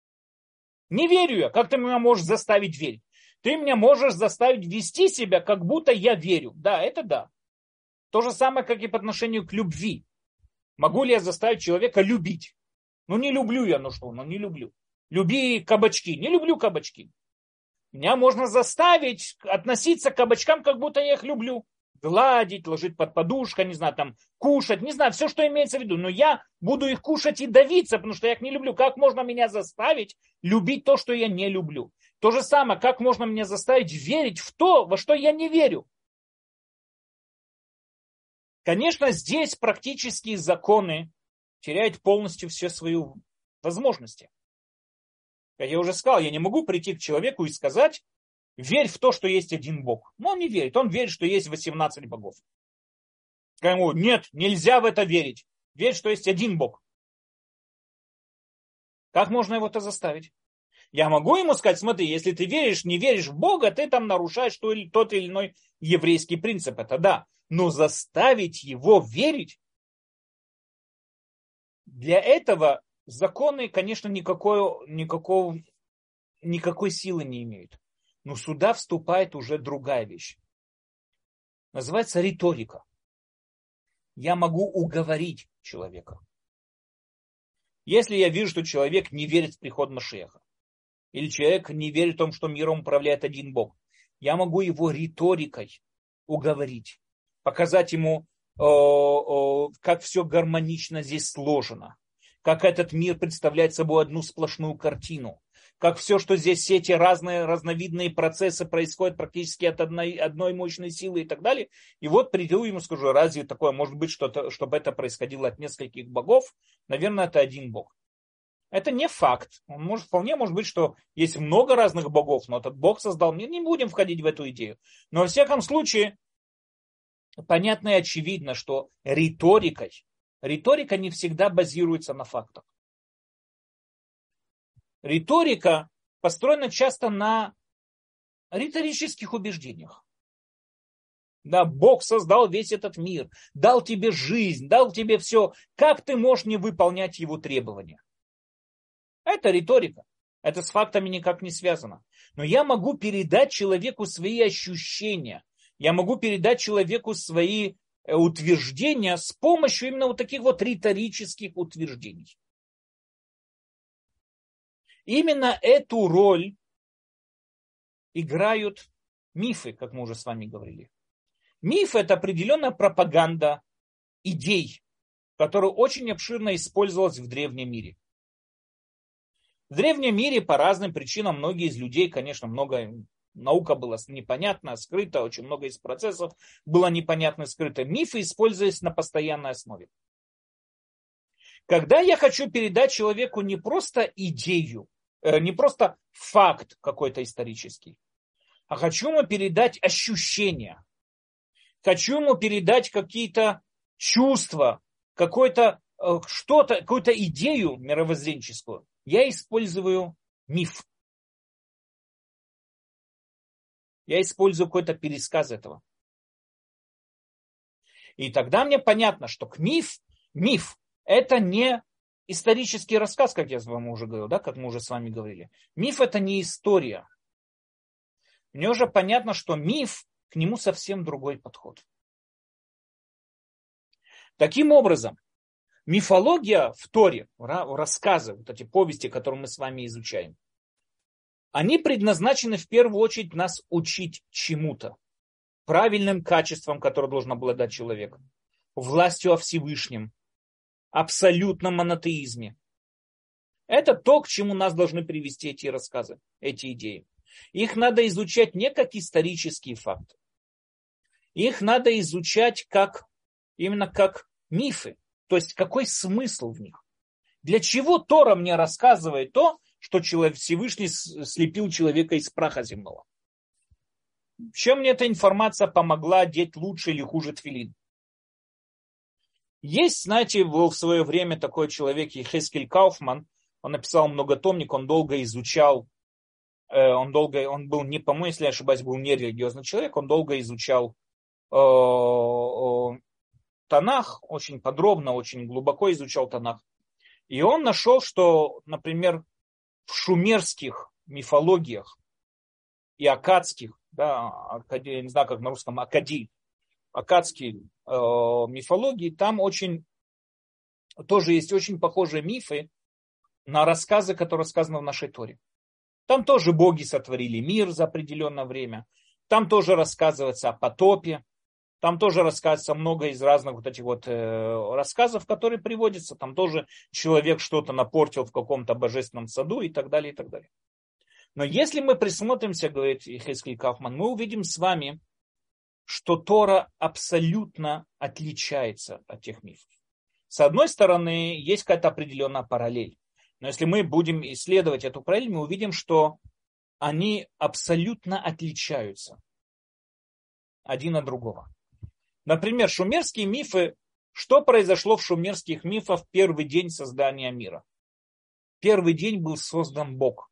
Не верю я. Как ты меня можешь заставить верить? Ты меня можешь заставить вести себя, как будто я верю. Да, это да. То же самое, как и по отношению к любви. Могу ли я заставить человека любить? Ну не люблю я, не люблю. Люби кабачки. Не люблю кабачки. Меня можно заставить относиться к кабачкам, как будто я их люблю. Гладить, ложить под подушку, не знаю, там, кушать, не знаю, все, что имеется в виду. Но я буду их кушать и давиться, потому что я их не люблю. Как можно меня заставить любить то, что я не люблю? То же самое, как можно меня заставить верить в то, во что я не верю? Конечно, здесь практические законы теряют полностью все свои возможности. Как я уже сказал, я не могу прийти к человеку и сказать, верь в то, что есть один Бог. Но он не верит. Он верит, что есть 18 богов. Скажем ему, нет, нельзя в это верить. Верь, что есть один Бог. Как можно его-то заставить? Я могу ему сказать, смотри, если ты не веришь в Бога, ты там нарушаешь тот или иной еврейский принцип. Это да. Но заставить его верить, для этого законы, конечно, никакой силы не имеют. Но сюда вступает уже другая вещь. Называется риторика. Я могу уговорить человека. Если я вижу, что человек не верит в приход Машиаха, или человек не верит в том, что миром управляет один Бог, я могу его риторикой уговорить, показать ему, как все гармонично здесь сложено, как этот мир представляет собой одну сплошную картину, как все, что здесь, все эти разные разновидные процессы происходят практически от одной мощной силы и так далее. И вот приду ему скажу, разве такое может быть, чтобы это происходило от нескольких богов? Наверное, это один бог. Это не факт. Вполне может быть, что есть много разных богов, но этот бог создал мир. Не будем входить в эту идею. Но во всяком случае, понятно и очевидно, что риторика не всегда базируется на фактах. Риторика построена часто на риторических убеждениях. Да, Бог создал весь этот мир, дал тебе жизнь, дал тебе все. Как ты можешь не выполнять его требования? Это риторика. Это с фактами никак не связано. Но я могу передать человеку свои ощущения. Я могу передать человеку свои утверждения с помощью именно вот таких вот риторических утверждений. Именно эту роль играют мифы, как мы уже с вами говорили. Миф – это определенная пропаганда идей, которая очень обширно использовалась в древнем мире. В древнем мире по разным причинам многие из людей, конечно, наука была непонятна, скрыта, очень много из процессов было непонятно, скрыто. Мифы использовались на постоянной основе. Когда я хочу передать человеку не просто идею, не просто факт какой-то исторический, а хочу ему передать ощущения, хочу ему передать какие-то чувства, какую-то идею мировоззренческую, я использую миф. Я использую какой-то пересказ этого. И тогда мне понятно, что миф это не исторический рассказ, как я вам уже говорил, да, как мы уже с вами говорили. Миф это не история. Мне уже понятно, что миф, к нему совсем другой подход. Таким образом, мифология в Торе, рассказы, вот эти повести, которые мы с вами изучаем, они предназначены в первую очередь нас учить чему-то. Правильным качествам, которые должен обладать человек. Властью о Всевышнем. Абсолютном монотеизме. Это то, к чему нас должны привести эти рассказы, эти идеи. Их надо изучать не как исторические факты. Их надо изучать именно как мифы. То есть какой смысл в них. Для чего Тора мне рассказывает то, что Всевышний слепил человека из праха земного? Чем мне эта информация помогла одеть лучше или хуже тфилин? Есть, знаете, был в свое время такой человек, Йехескель Кауфман, он написал многотомник, он долго изучал, он был, не, по-моему, если я ошибаюсь, был нерелигиозный человек, он долго изучал Танах, очень подробно, очень глубоко изучал Танах. И он нашел, что, например, в шумерских мифологиях и аккадских, да, я не знаю, как на русском, аккадские мифологии, там тоже есть очень похожие мифы на рассказы, которые сказаны в нашей Торе. Там тоже боги сотворили мир за определенное время, там тоже рассказывается о потопе, там тоже рассказывается много из разных вот этих вот рассказов, которые приводятся, там тоже человек что-то напортил в каком-то божественном саду и так далее, и так далее. Но если мы присмотримся, говорит Йехескель Кауфман, мы увидим с вами, что Тора абсолютно отличается от тех мифов. С одной стороны, есть какая-то определенная параллель. Но если мы будем исследовать эту параллель, мы увидим, что они абсолютно отличаются один от другого. Например, шумерские мифы. Что произошло в шумерских мифах в первый день создания мира? В первый день был создан Бог.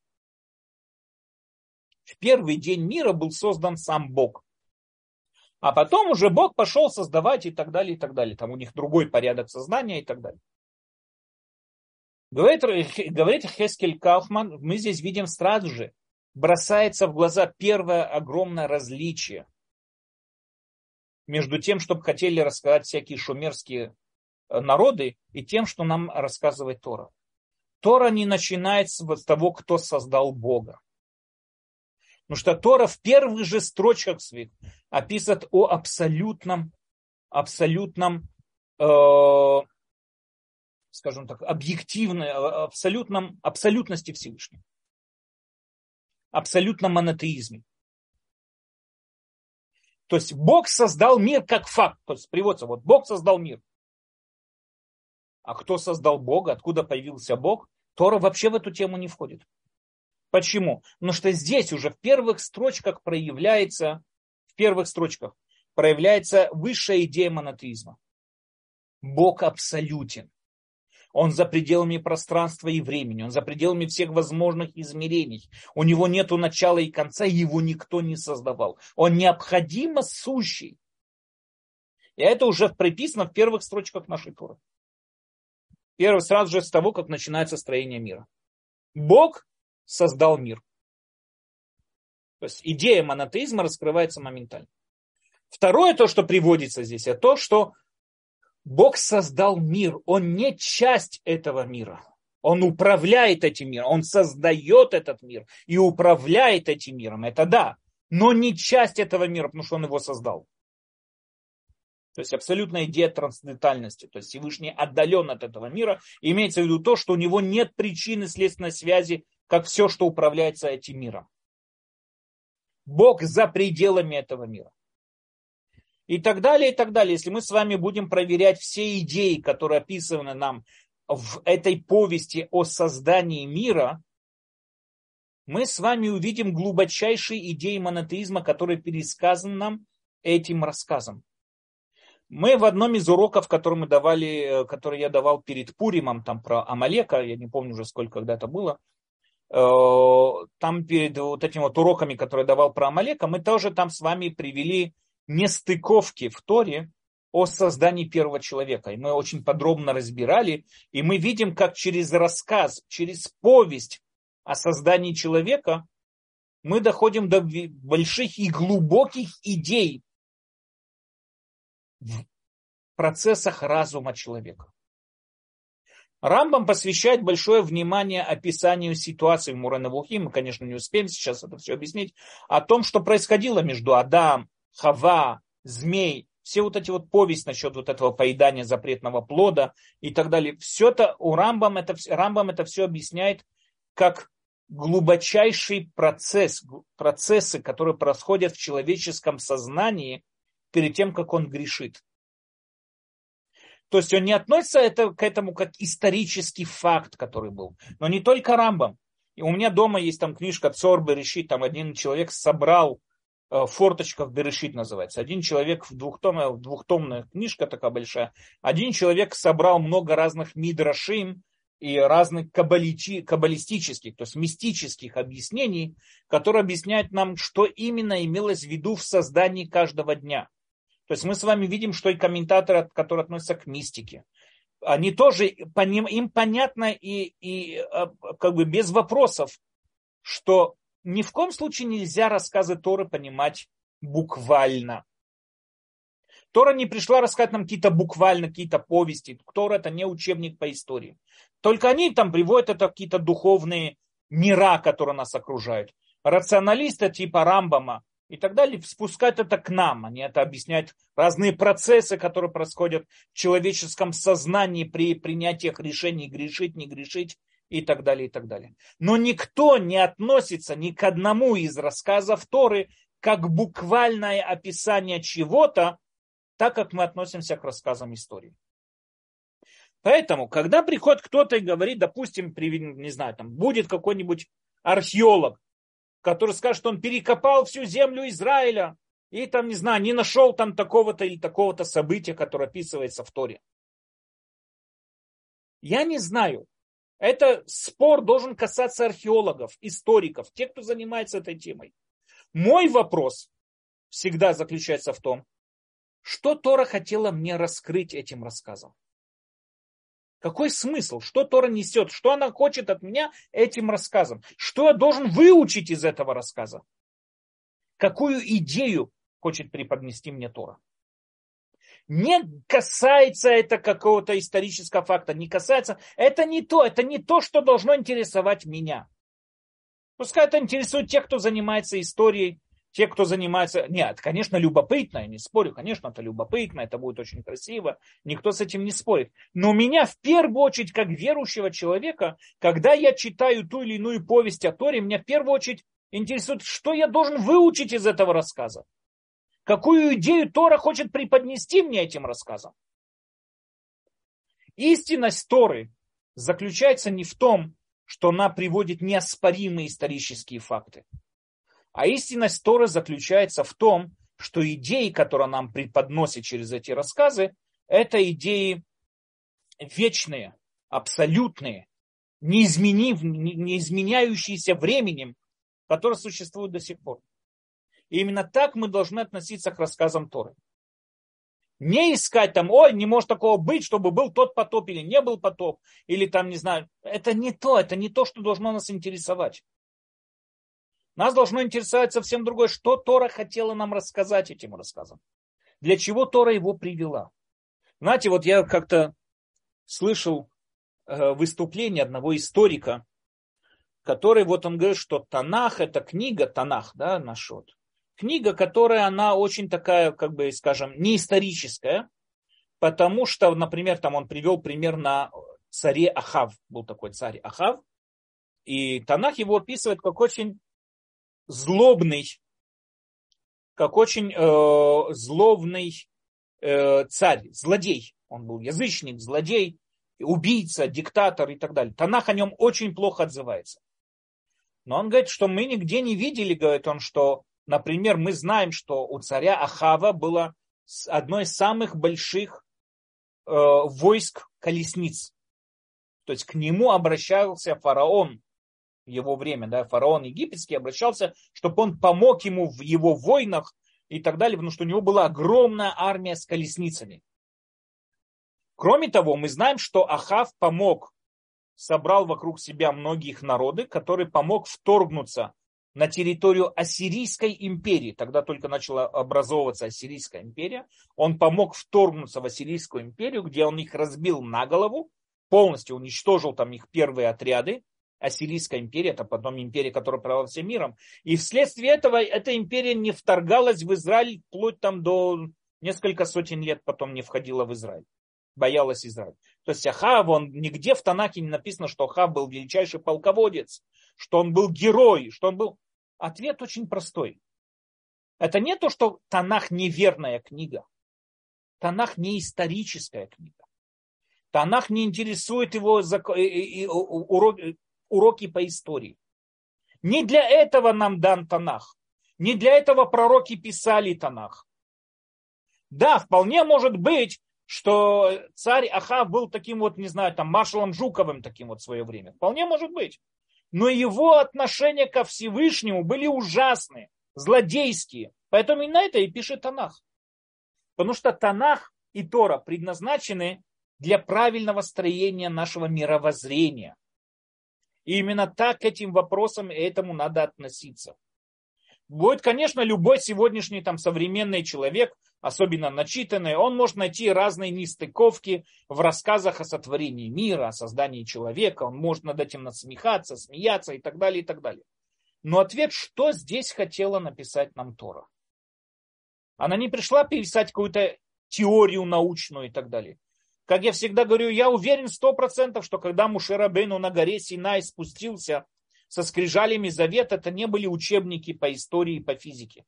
В первый день мира был создан сам Бог. А потом уже Бог пошел создавать и так далее, и так далее. Там у них другой порядок создания и так далее. Говорит Йехескель Кауфман, мы здесь видим сразу же, бросается в глаза первое огромное различие между тем, что хотели рассказать всякие шумерские народы, и тем, что нам рассказывает Тора. Тора не начинается с того, кто создал Бога. Потому что Тора в первых же строчках своих описывает о абсолютности Всевышнего. Абсолютном монотеизме. То есть Бог создал мир как факт. То есть приводится, вот Бог создал мир. А кто создал Бога? Откуда появился Бог? Тора вообще в эту тему не входит. Почему? Потому что здесь уже в первых строчках проявляется высшая идея монотеизма. Бог абсолютен. Он за пределами пространства и времени. Он за пределами всех возможных измерений. У него нет начала и конца, и его никто не создавал. Он необходимо сущий. И это уже приписано в первых строчках нашей Торы. Сразу же с того, как начинается строение мира. Бог создал мир. То есть идея монотеизма раскрывается моментально. Второе, то, что приводится здесь, это то, что Бог создал мир. Он не часть этого мира. Он управляет этим миром. Он создает этот мир и управляет этим миром. Это да. Но не часть этого мира, потому что он его создал. То есть абсолютная идея трансцендентальности. То есть Всевышний отдален от этого мира. И имеется в виду то, что у него нет причины следственной связи, как все, что управляется этим миром. Бог за пределами этого мира. И так далее, и так далее. Если мы с вами будем проверять все идеи, которые описаны нам в этой повести о создании мира, мы с вами увидим глубочайшие идеи монотеизма, которые пересказаны нам этим рассказом. Мы в одном из уроков, который я давал перед Пуримом, там про Амалека, я не помню уже сколько когда это было, там перед вот этими вот уроками, которые я давал про Амалека, мы тоже там с вами привели нестыковки в Торе о создании первого человека. И мы очень подробно разбирали, и мы видим, как через рассказ, через повесть о создании человека мы доходим до больших и глубоких идей в процессах разума человека. Рамбам посвящает большое внимание описанию ситуации в Муре Невухим. Мы, конечно, не успеем сейчас это все объяснить. О том, что происходило между Адам, Хава, змей. Все вот эти вот повесть насчет вот этого поедания запретного плода и так далее. Все это у Рамбам это все объясняет как глубочайший процессы, которые происходят в человеческом сознании перед тем, как он грешит. То есть он не относится к этому как исторический факт, который был. Но не только Рамбам. И у меня дома есть там книжка Цор Берешит, там один человек собрал, форточка в Берешит называется. Один человек двухтомная книжка такая большая. Один человек собрал много разных мидрашим и разных каббалистических, то есть мистических объяснений, которые объясняют нам, что именно имелось в виду в создании каждого дня. То есть мы с вами видим, что и комментаторы, которые относятся к мистике, они тоже, им понятно и как бы без вопросов, что ни в коем случае нельзя рассказы Торы понимать буквально. Тора не пришла рассказать нам какие-то повести. Тора это не учебник по истории. Только они там приводят это какие-то духовные мира, которые нас окружают. Рационалисты типа Рамбама и так далее спускают это к нам. Они это объясняют разные процессы, которые происходят в человеческом сознании при принятиях решений, грешить, не грешить и так далее, и так далее. Но никто не относится ни к одному из рассказов Торы как буквальное описание чего-то, так как мы относимся к рассказам истории. Поэтому, когда приходит кто-то и говорит, допустим, не знаю, там будет какой-нибудь археолог, который скажет, что он перекопал всю землю Израиля и там, не знаю, не нашел там такого-то или такого-то события, которое описывается в Торе. Я не знаю. Это спор должен касаться археологов, историков, тех, кто занимается этой темой. Мой вопрос всегда заключается в том, что Тора хотела мне раскрыть этим рассказом. Какой смысл? Что Тора несет? Что она хочет от меня этим рассказом? Что я должен выучить из этого рассказа? Какую идею хочет преподнести мне Тора? Не касается это какого-то исторического факта, не касается, это не то, что должно интересовать меня. Пускай это интересует тех, кто занимается историей, те, кто занимается... Нет, конечно, любопытно, я не спорю, конечно, это любопытно, это будет очень красиво, никто с этим не спорит. Но меня в первую очередь, как верующего человека, когда я читаю ту или иную повесть о Торе, меня в первую очередь интересует, что я должен выучить из этого рассказа. Какую идею Тора хочет преподнести мне этим рассказом. Истинность Торы заключается не в том, что она приводит неоспоримые исторические факты. А истинность Торы заключается в том, что идеи, которые нам преподносят через эти рассказы, это идеи вечные, абсолютные, не изменяющиеся временем, которые существуют до сих пор. И именно так мы должны относиться к рассказам Торы. Не искать там, ой, не может такого быть, чтобы был тот потоп или не был потоп, или там, не знаю, это не то, что должно нас интересовать. Нас должно интересовать совсем другое, что Тора хотела нам рассказать этим рассказом. Для чего Тора его привела. Знаете, вот я как-то слышал выступление одного историка, который вот он говорит, что Танах это книга, Танах, да, наш вот, книга, которая она очень такая, как бы, скажем, не историческая, потому что, например, там он привел пример на царе Ахав, был такой царь Ахав, и Танах его описывает как очень злобный, злобный царь, злодей. Он был язычник, злодей, убийца, диктатор и так далее. Танах о нем очень плохо отзывается. Но он говорит, что мы нигде не видели, говорит он, что, например, мы знаем, что у царя Ахава было одно из самых больших войск колесниц. То есть к нему обращался фараон в его время, да, фараон египетский обращался, чтобы он помог ему в его войнах и так далее, потому что у него была огромная армия с колесницами. Кроме того, мы знаем, что Ахав собрал вокруг себя многих народы, который помог вторгнуться на территорию Ассирийской империи. Тогда только начала образовываться Ассирийская империя. Он помог вторгнуться в Ассирийскую империю, где он их разбил на голову, полностью уничтожил там их первые отряды. Ассирийская империя, это потом империя, которая правила всем миром. И вследствие этого эта империя не вторгалась в Израиль вплоть там до несколько сотен лет потом не входила в Израиль. Боялась Израиль. То есть Ахав, он нигде в Танахе не написано, что Ахав был величайший полководец, что он был герой, что он был... Ответ очень простой. Это не то, что Танах неверная книга. Танах не историческая книга. Танах не интересует его уроки по истории. Не для этого нам дан Танах. Не для этого пророки писали Танах. Да, вполне может быть, что царь Ахав был таким вот, не знаю, там маршалом Жуковым таким вот в свое время. Вполне может быть. Но его отношения ко Всевышнему были ужасные, злодейские. Поэтому именно это и пишет Танах. Потому что Танах и Тора предназначены для правильного строения нашего мировоззрения. И именно так к этим вопросам и этому надо относиться. Будет, конечно, любой сегодняшний там современный человек, особенно начитанный, он может найти разные нестыковки в рассказах о сотворении мира, о создании человека, он может над этим насмехаться, смеяться и так далее, и так далее. Но ответ, что здесь хотела написать нам Тора? Она не пришла писать какую-то теорию научную и так далее. Как я всегда говорю, я уверен 100%, что когда Моше Рабейну на горе Синай спустился со скрижалями завета, это не были учебники по истории и по физике.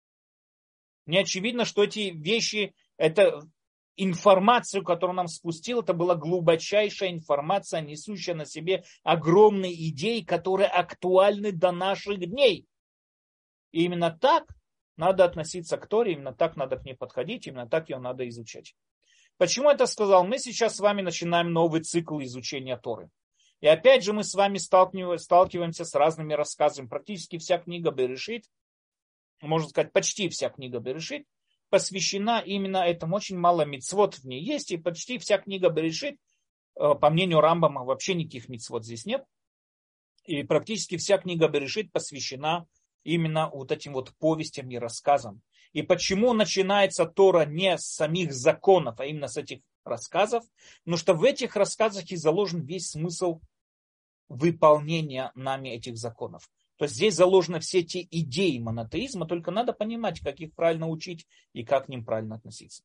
Мне очевидно, что эти вещи, это информацию, которую он нам спустил, это была глубочайшая информация, несущая на себе огромные идеи, которые актуальны до наших дней. И именно так надо относиться к Торе, именно так надо к ней подходить, именно так ее надо изучать. Почему это сказал? Мы сейчас с вами начинаем новый цикл изучения Торы. И опять же мы с вами сталкиваемся с разными рассказами. Практически вся книга Берешит, можно сказать, почти вся книга Берешит, посвящена именно этому. Очень мало мицвот в ней есть, и почти вся книга Берешит, по мнению Рамбама, вообще никаких мицвот здесь нет. И практически вся книга Берешит посвящена именно вот этим вот повестям и рассказам. И почему начинается Тора не с самих законов, а именно с этих рассказов? Потому что в этих рассказах и заложен весь смысл выполнения нами этих законов. То есть здесь заложены все те идеи монотеизма, только надо понимать, как их правильно учить и как к ним правильно относиться.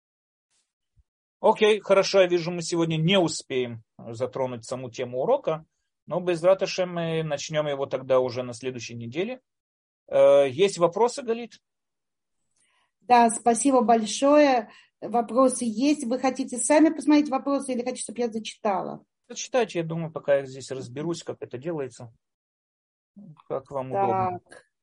Окей, хорошо, я вижу, мы сегодня не успеем затронуть саму тему урока, но Безрат Ашем мы начнем его тогда уже на следующей неделе. Есть вопросы, Галит? Да, спасибо большое. Вопросы есть. Вы хотите сами посмотреть вопросы или хотите, чтобы я зачитала? Зачитайте, я думаю, пока я здесь разберусь, как это делается. Как вам удобно.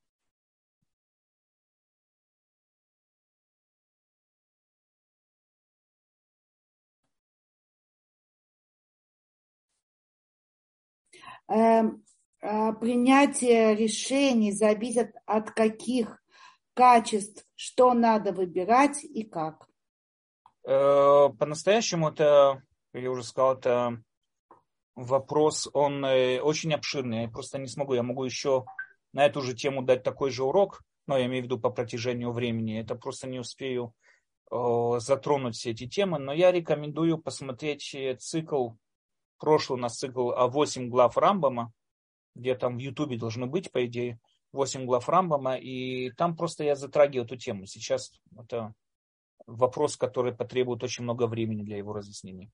Принятие решений зависит от каких качеств, что надо выбирать и как? По-настоящему это, как я уже сказал, это вопрос, он очень обширный. Я просто не смогу, я могу еще на эту же тему дать такой же урок, но я имею в виду по протяжению времени, это просто не успею затронуть все эти темы, но я рекомендую посмотреть цикл, прошлый у нас цикл 8 глав Рамбама, где там в Ютубе должны быть, по идее, 8 глав Рамбама, и там просто я затрагиваю эту тему. Сейчас это вопрос, который потребует очень много времени для его разъяснения.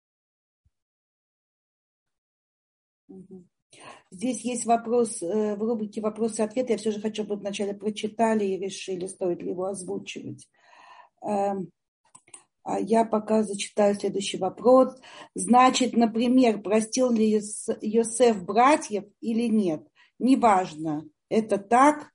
Здесь есть вопрос в рубрике «Вопросы и ответы». Я все же хочу, чтобы вначале прочитали и решили, стоит ли его озвучивать. А я пока зачитаю следующий вопрос. Значит, например, простил ли Йосеф братьев или нет? Неважно. Это так?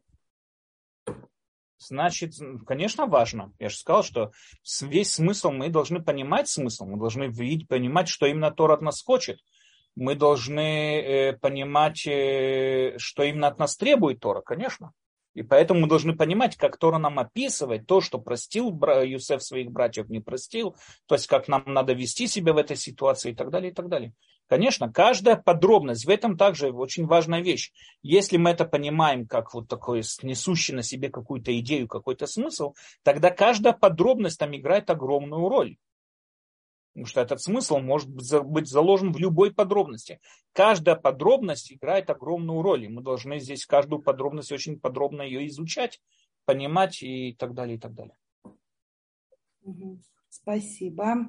Значит, конечно, важно. Я же сказал, что весь смысл, мы должны понимать смысл, мы должны понимать, что именно Тора от нас хочет. Мы должны понимать, что именно от нас требует Тора, конечно. И поэтому мы должны понимать, как Тора нам описывает то, что простил Юсеф своих братьев, не простил, то есть как нам надо вести себя в этой ситуации и так далее, и так далее. Конечно, каждая подробность, в этом также очень важная вещь. Если мы это понимаем как вот такой несущий на себе какую-то идею, какой-то смысл, тогда каждая подробность там играет огромную роль. Потому что этот смысл может быть заложен в любой подробности. Каждая подробность играет огромную роль. И мы должны здесь каждую подробность очень подробно ее изучать, понимать и так далее, и так далее. Спасибо.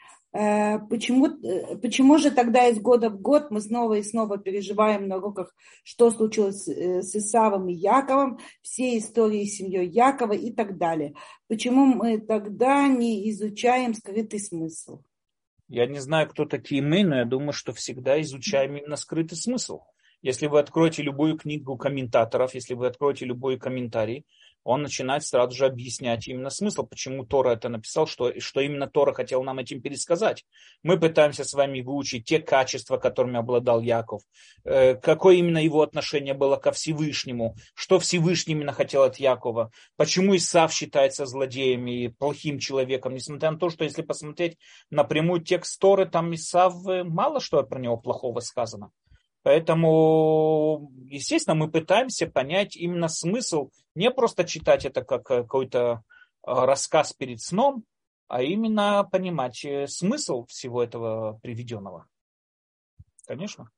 Почему же тогда из года в год мы снова и снова переживаем на уроках, что случилось с Исавом и Яковом, все истории с семьей Якова и так далее? Почему мы тогда не изучаем скрытый смысл? Я не знаю, кто такие мы, но я думаю, что всегда изучаем именно скрытый смысл. Если вы откроете любую книгу комментаторов, если вы откроете любой комментарий, он начинает сразу же объяснять именно смысл, почему Тора это написал, что именно Тора хотел нам этим пересказать. Мы пытаемся с вами выучить те качества, которыми обладал Яков, какое именно его отношение было ко Всевышнему, что Всевышний именно хотел от Якова, почему Исав считается злодеем и плохим человеком, несмотря на то, что если посмотреть напрямую текст Торы, там Исав мало что про него плохого сказано. Поэтому, естественно, мы пытаемся понять именно смысл, не просто читать это как какой-то рассказ перед сном, а именно понимать смысл всего этого приведенного. Конечно.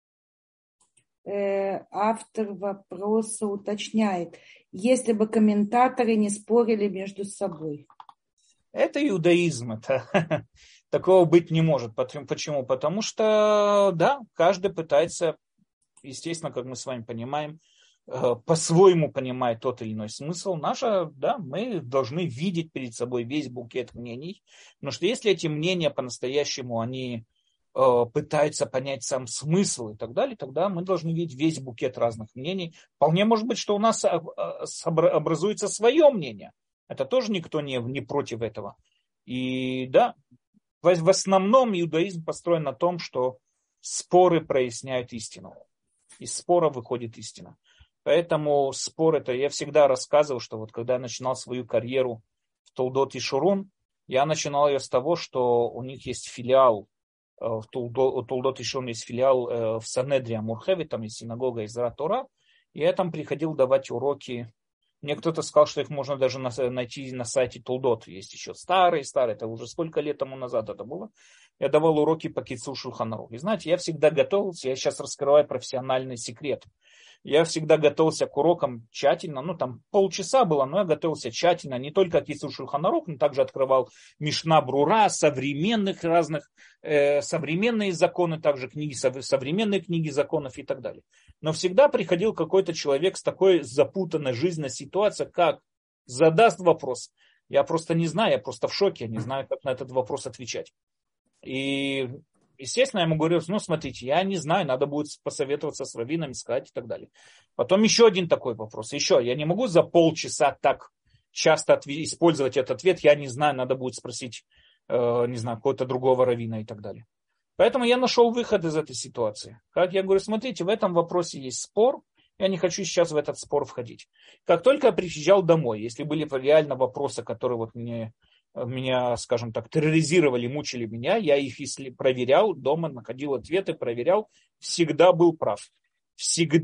Автор вопроса уточняет, если бы комментаторы не спорили между собой. Это иудаизм, это такого быть не может. Почему? Потому что, да, каждый пытается, естественно, как мы с вами понимаем, по-своему понимает тот или иной смысл. Мы должны видеть перед собой весь букет мнений. Потому что если эти мнения по-настоящему, они пытаются понять сам смысл и так далее, тогда мы должны видеть весь букет разных мнений. Вполне может быть, что у нас образуется свое мнение. Это тоже никто не против этого. И да, в основном иудаизм построен на том, что споры проясняют истину. Из спора выходит истина. Поэтому спор это, я всегда рассказывал, что вот когда я начинал свою карьеру в Толдот и Шурун, я начинал ее с того, что у них есть филиал, у Толдот и Шурун есть филиал в Санедре Амурхеве, там есть синагога Изра Тора, и я там приходил давать уроки. Мне кто-то сказал, что их можно даже найти на сайте Толдот. Есть еще старые, это уже сколько лет тому назад это было. Я давал уроки по Кицур Шулхан Арух. И знаете, я всегда готовился, я сейчас раскрываю профессиональный секрет. Я всегда готовился к урокам тщательно, там полчаса было, но я готовился тщательно, не только к Кицур Шулхан Арух, но также открывал Мишна Брура, современные законы, также современные книги законов и так далее. Но всегда приходил какой-то человек с такой запутанной жизненной ситуацией, как задаст вопрос. Я просто не знаю, я просто в шоке, я не знаю, как на этот вопрос отвечать. И, естественно, я ему говорю, смотрите, я не знаю, надо будет посоветоваться с раввином, сказать и так далее. Потом еще один такой вопрос. Я не могу за полчаса так часто использовать этот ответ, я не знаю, надо будет спросить, не знаю, какого-то другого раввина и так далее. Поэтому я нашел выход из этой ситуации. Как я говорю, смотрите, в этом вопросе есть спор, я не хочу сейчас в этот спор входить. Как только я приезжал домой, если были реально вопросы, которые меня, скажем так, терроризировали, мучили меня, я их если проверял, дома находил ответы, проверял, всегда был прав. Всегда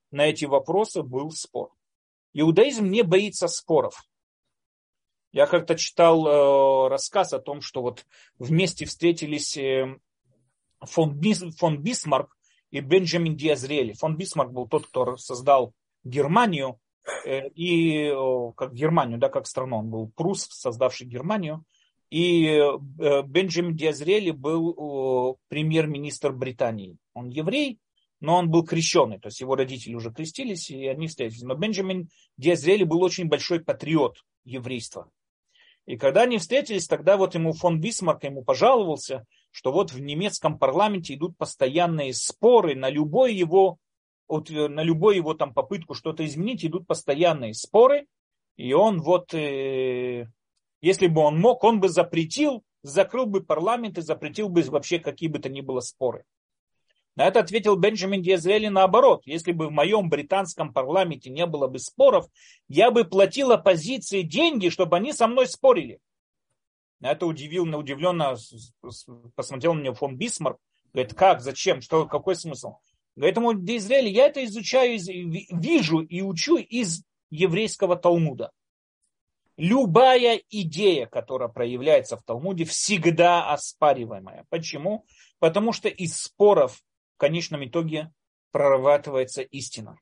на эти вопросы был спор. Иудаизм не боится споров. Я как-то читал рассказ о том, что вот вместе встретились фон Бисмарк и Бенджамин Диазрели. Фон Бисмарк был тот, кто создал Германию, и как Германию, да, как страну. Он был прусс, создавший Германию. И Бенджамин Диазрели был премьер-министр Британии. Он еврей, но он был крещеный, то есть его родители уже крестились, и они встретились. Но Бенджамин Диазрели был очень большой патриот еврейства. И когда они встретились, тогда вот ему фон Бисмарк ему пожаловался, что вот в немецком парламенте идут постоянные споры на любой его там попытку что-то изменить, идут постоянные споры. И он вот, если бы он мог, он бы запретил, закрыл бы парламент и запретил бы вообще какие бы то ни было споры. На это ответил Бенджамин Диазрели наоборот. Если бы в моем британском парламенте не было бы споров, я бы платил оппозиции деньги, чтобы они со мной спорили. На это удивленно посмотрел на него фон Бисмарк. Говорит, как, зачем, что, какой смысл? Говорит ему Диазрели, я это изучаю, вижу и учу из еврейского Талмуда. Любая идея, которая проявляется в Талмуде, всегда оспариваемая. Почему? Потому что из споров в конечном итоге вырабатывается истина.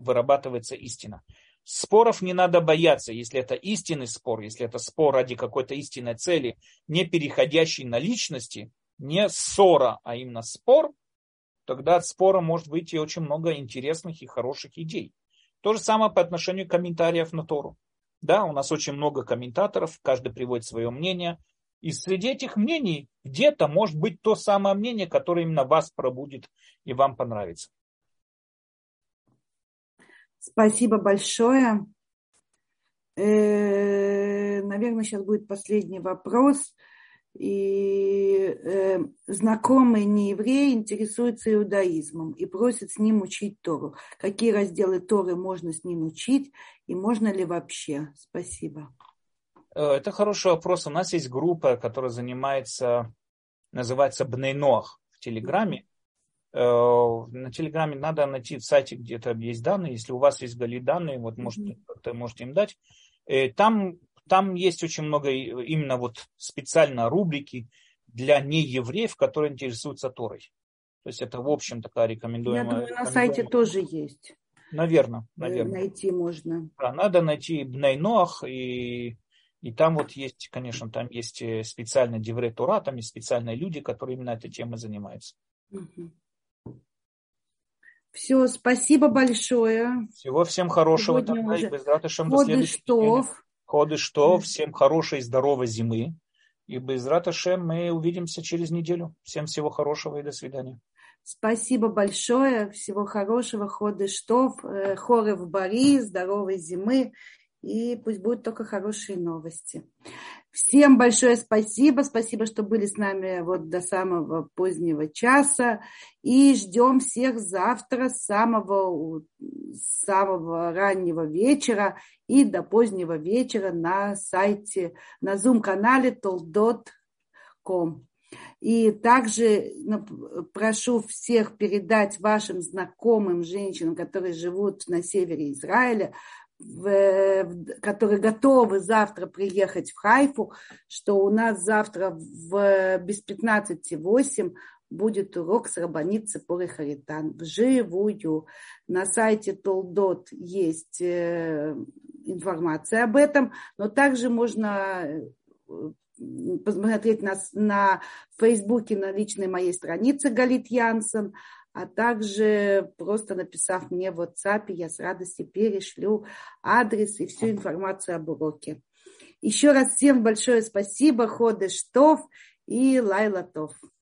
Споров не надо бояться, если это истинный спор, если это спор ради какой-то истинной цели, не переходящий на личности, не ссора, а именно спор, тогда от спора может выйти очень много интересных и хороших идей. То же самое по отношению комментариев на Тору. Да, у нас очень много комментаторов, каждый приводит свое мнение. И среди этих мнений где-то может быть то самое мнение, которое именно вас пробудит и вам понравится. Спасибо большое. Наверное, сейчас будет последний вопрос. И знакомый нееврей интересуется иудаизмом и просит с ним учить Тору. Какие разделы Торы можно с ним учить и можно ли вообще? Спасибо. Это хороший вопрос. У нас есть группа, которая называется Бней Ноах в Телеграме. На Телеграме надо найти в сайте, где-то есть данные. Если у вас есть данные, вот можете им дать. Там есть очень много именно вот специально рубрики для неевреев, которые интересуются Торой. То есть это в общем такая рекомендуемая. Я думаю, на сайте тоже есть. Наверное. Найти можно. Да, надо найти Бней Ноах, и там вот есть, конечно, там есть специальные Деврей Тора, там есть специальные люди, которые именно этой темой занимаются. Все, спасибо большое. Всего всем хорошего. Тогда и Безрат Ашем до следующего. Ходыш Тов. Всем хорошей и здоровой зимы. И Безрат Ашем мы увидимся через неделю. Всем всего хорошего и до свидания. Спасибо большое. Всего хорошего. Ходыш Тов. Хорев Бари. Здоровой зимы. И пусть будут только хорошие новости. Всем большое спасибо. Спасибо, что были с нами вот до самого позднего часа. И ждем всех завтра с самого раннего вечера и до позднего вечера на сайте, на Zoom-канале toldot.com. И также прошу всех передать вашим знакомым женщинам, которые живут на севере Израиля, которые готовы завтра приехать в Хайфу, что у нас завтра без 15:08 будет урок с рабанит Ципорой Харитан вживую. На сайте Толдот есть информация об этом, но также можно посмотреть на Фейсбуке, на личной моей странице Галит Янсен, а также просто написав мне в WhatsApp, я с радостью перешлю адрес и всю информацию об уроке. Еще раз всем большое спасибо, Ходеш Тов и Лайла Тов.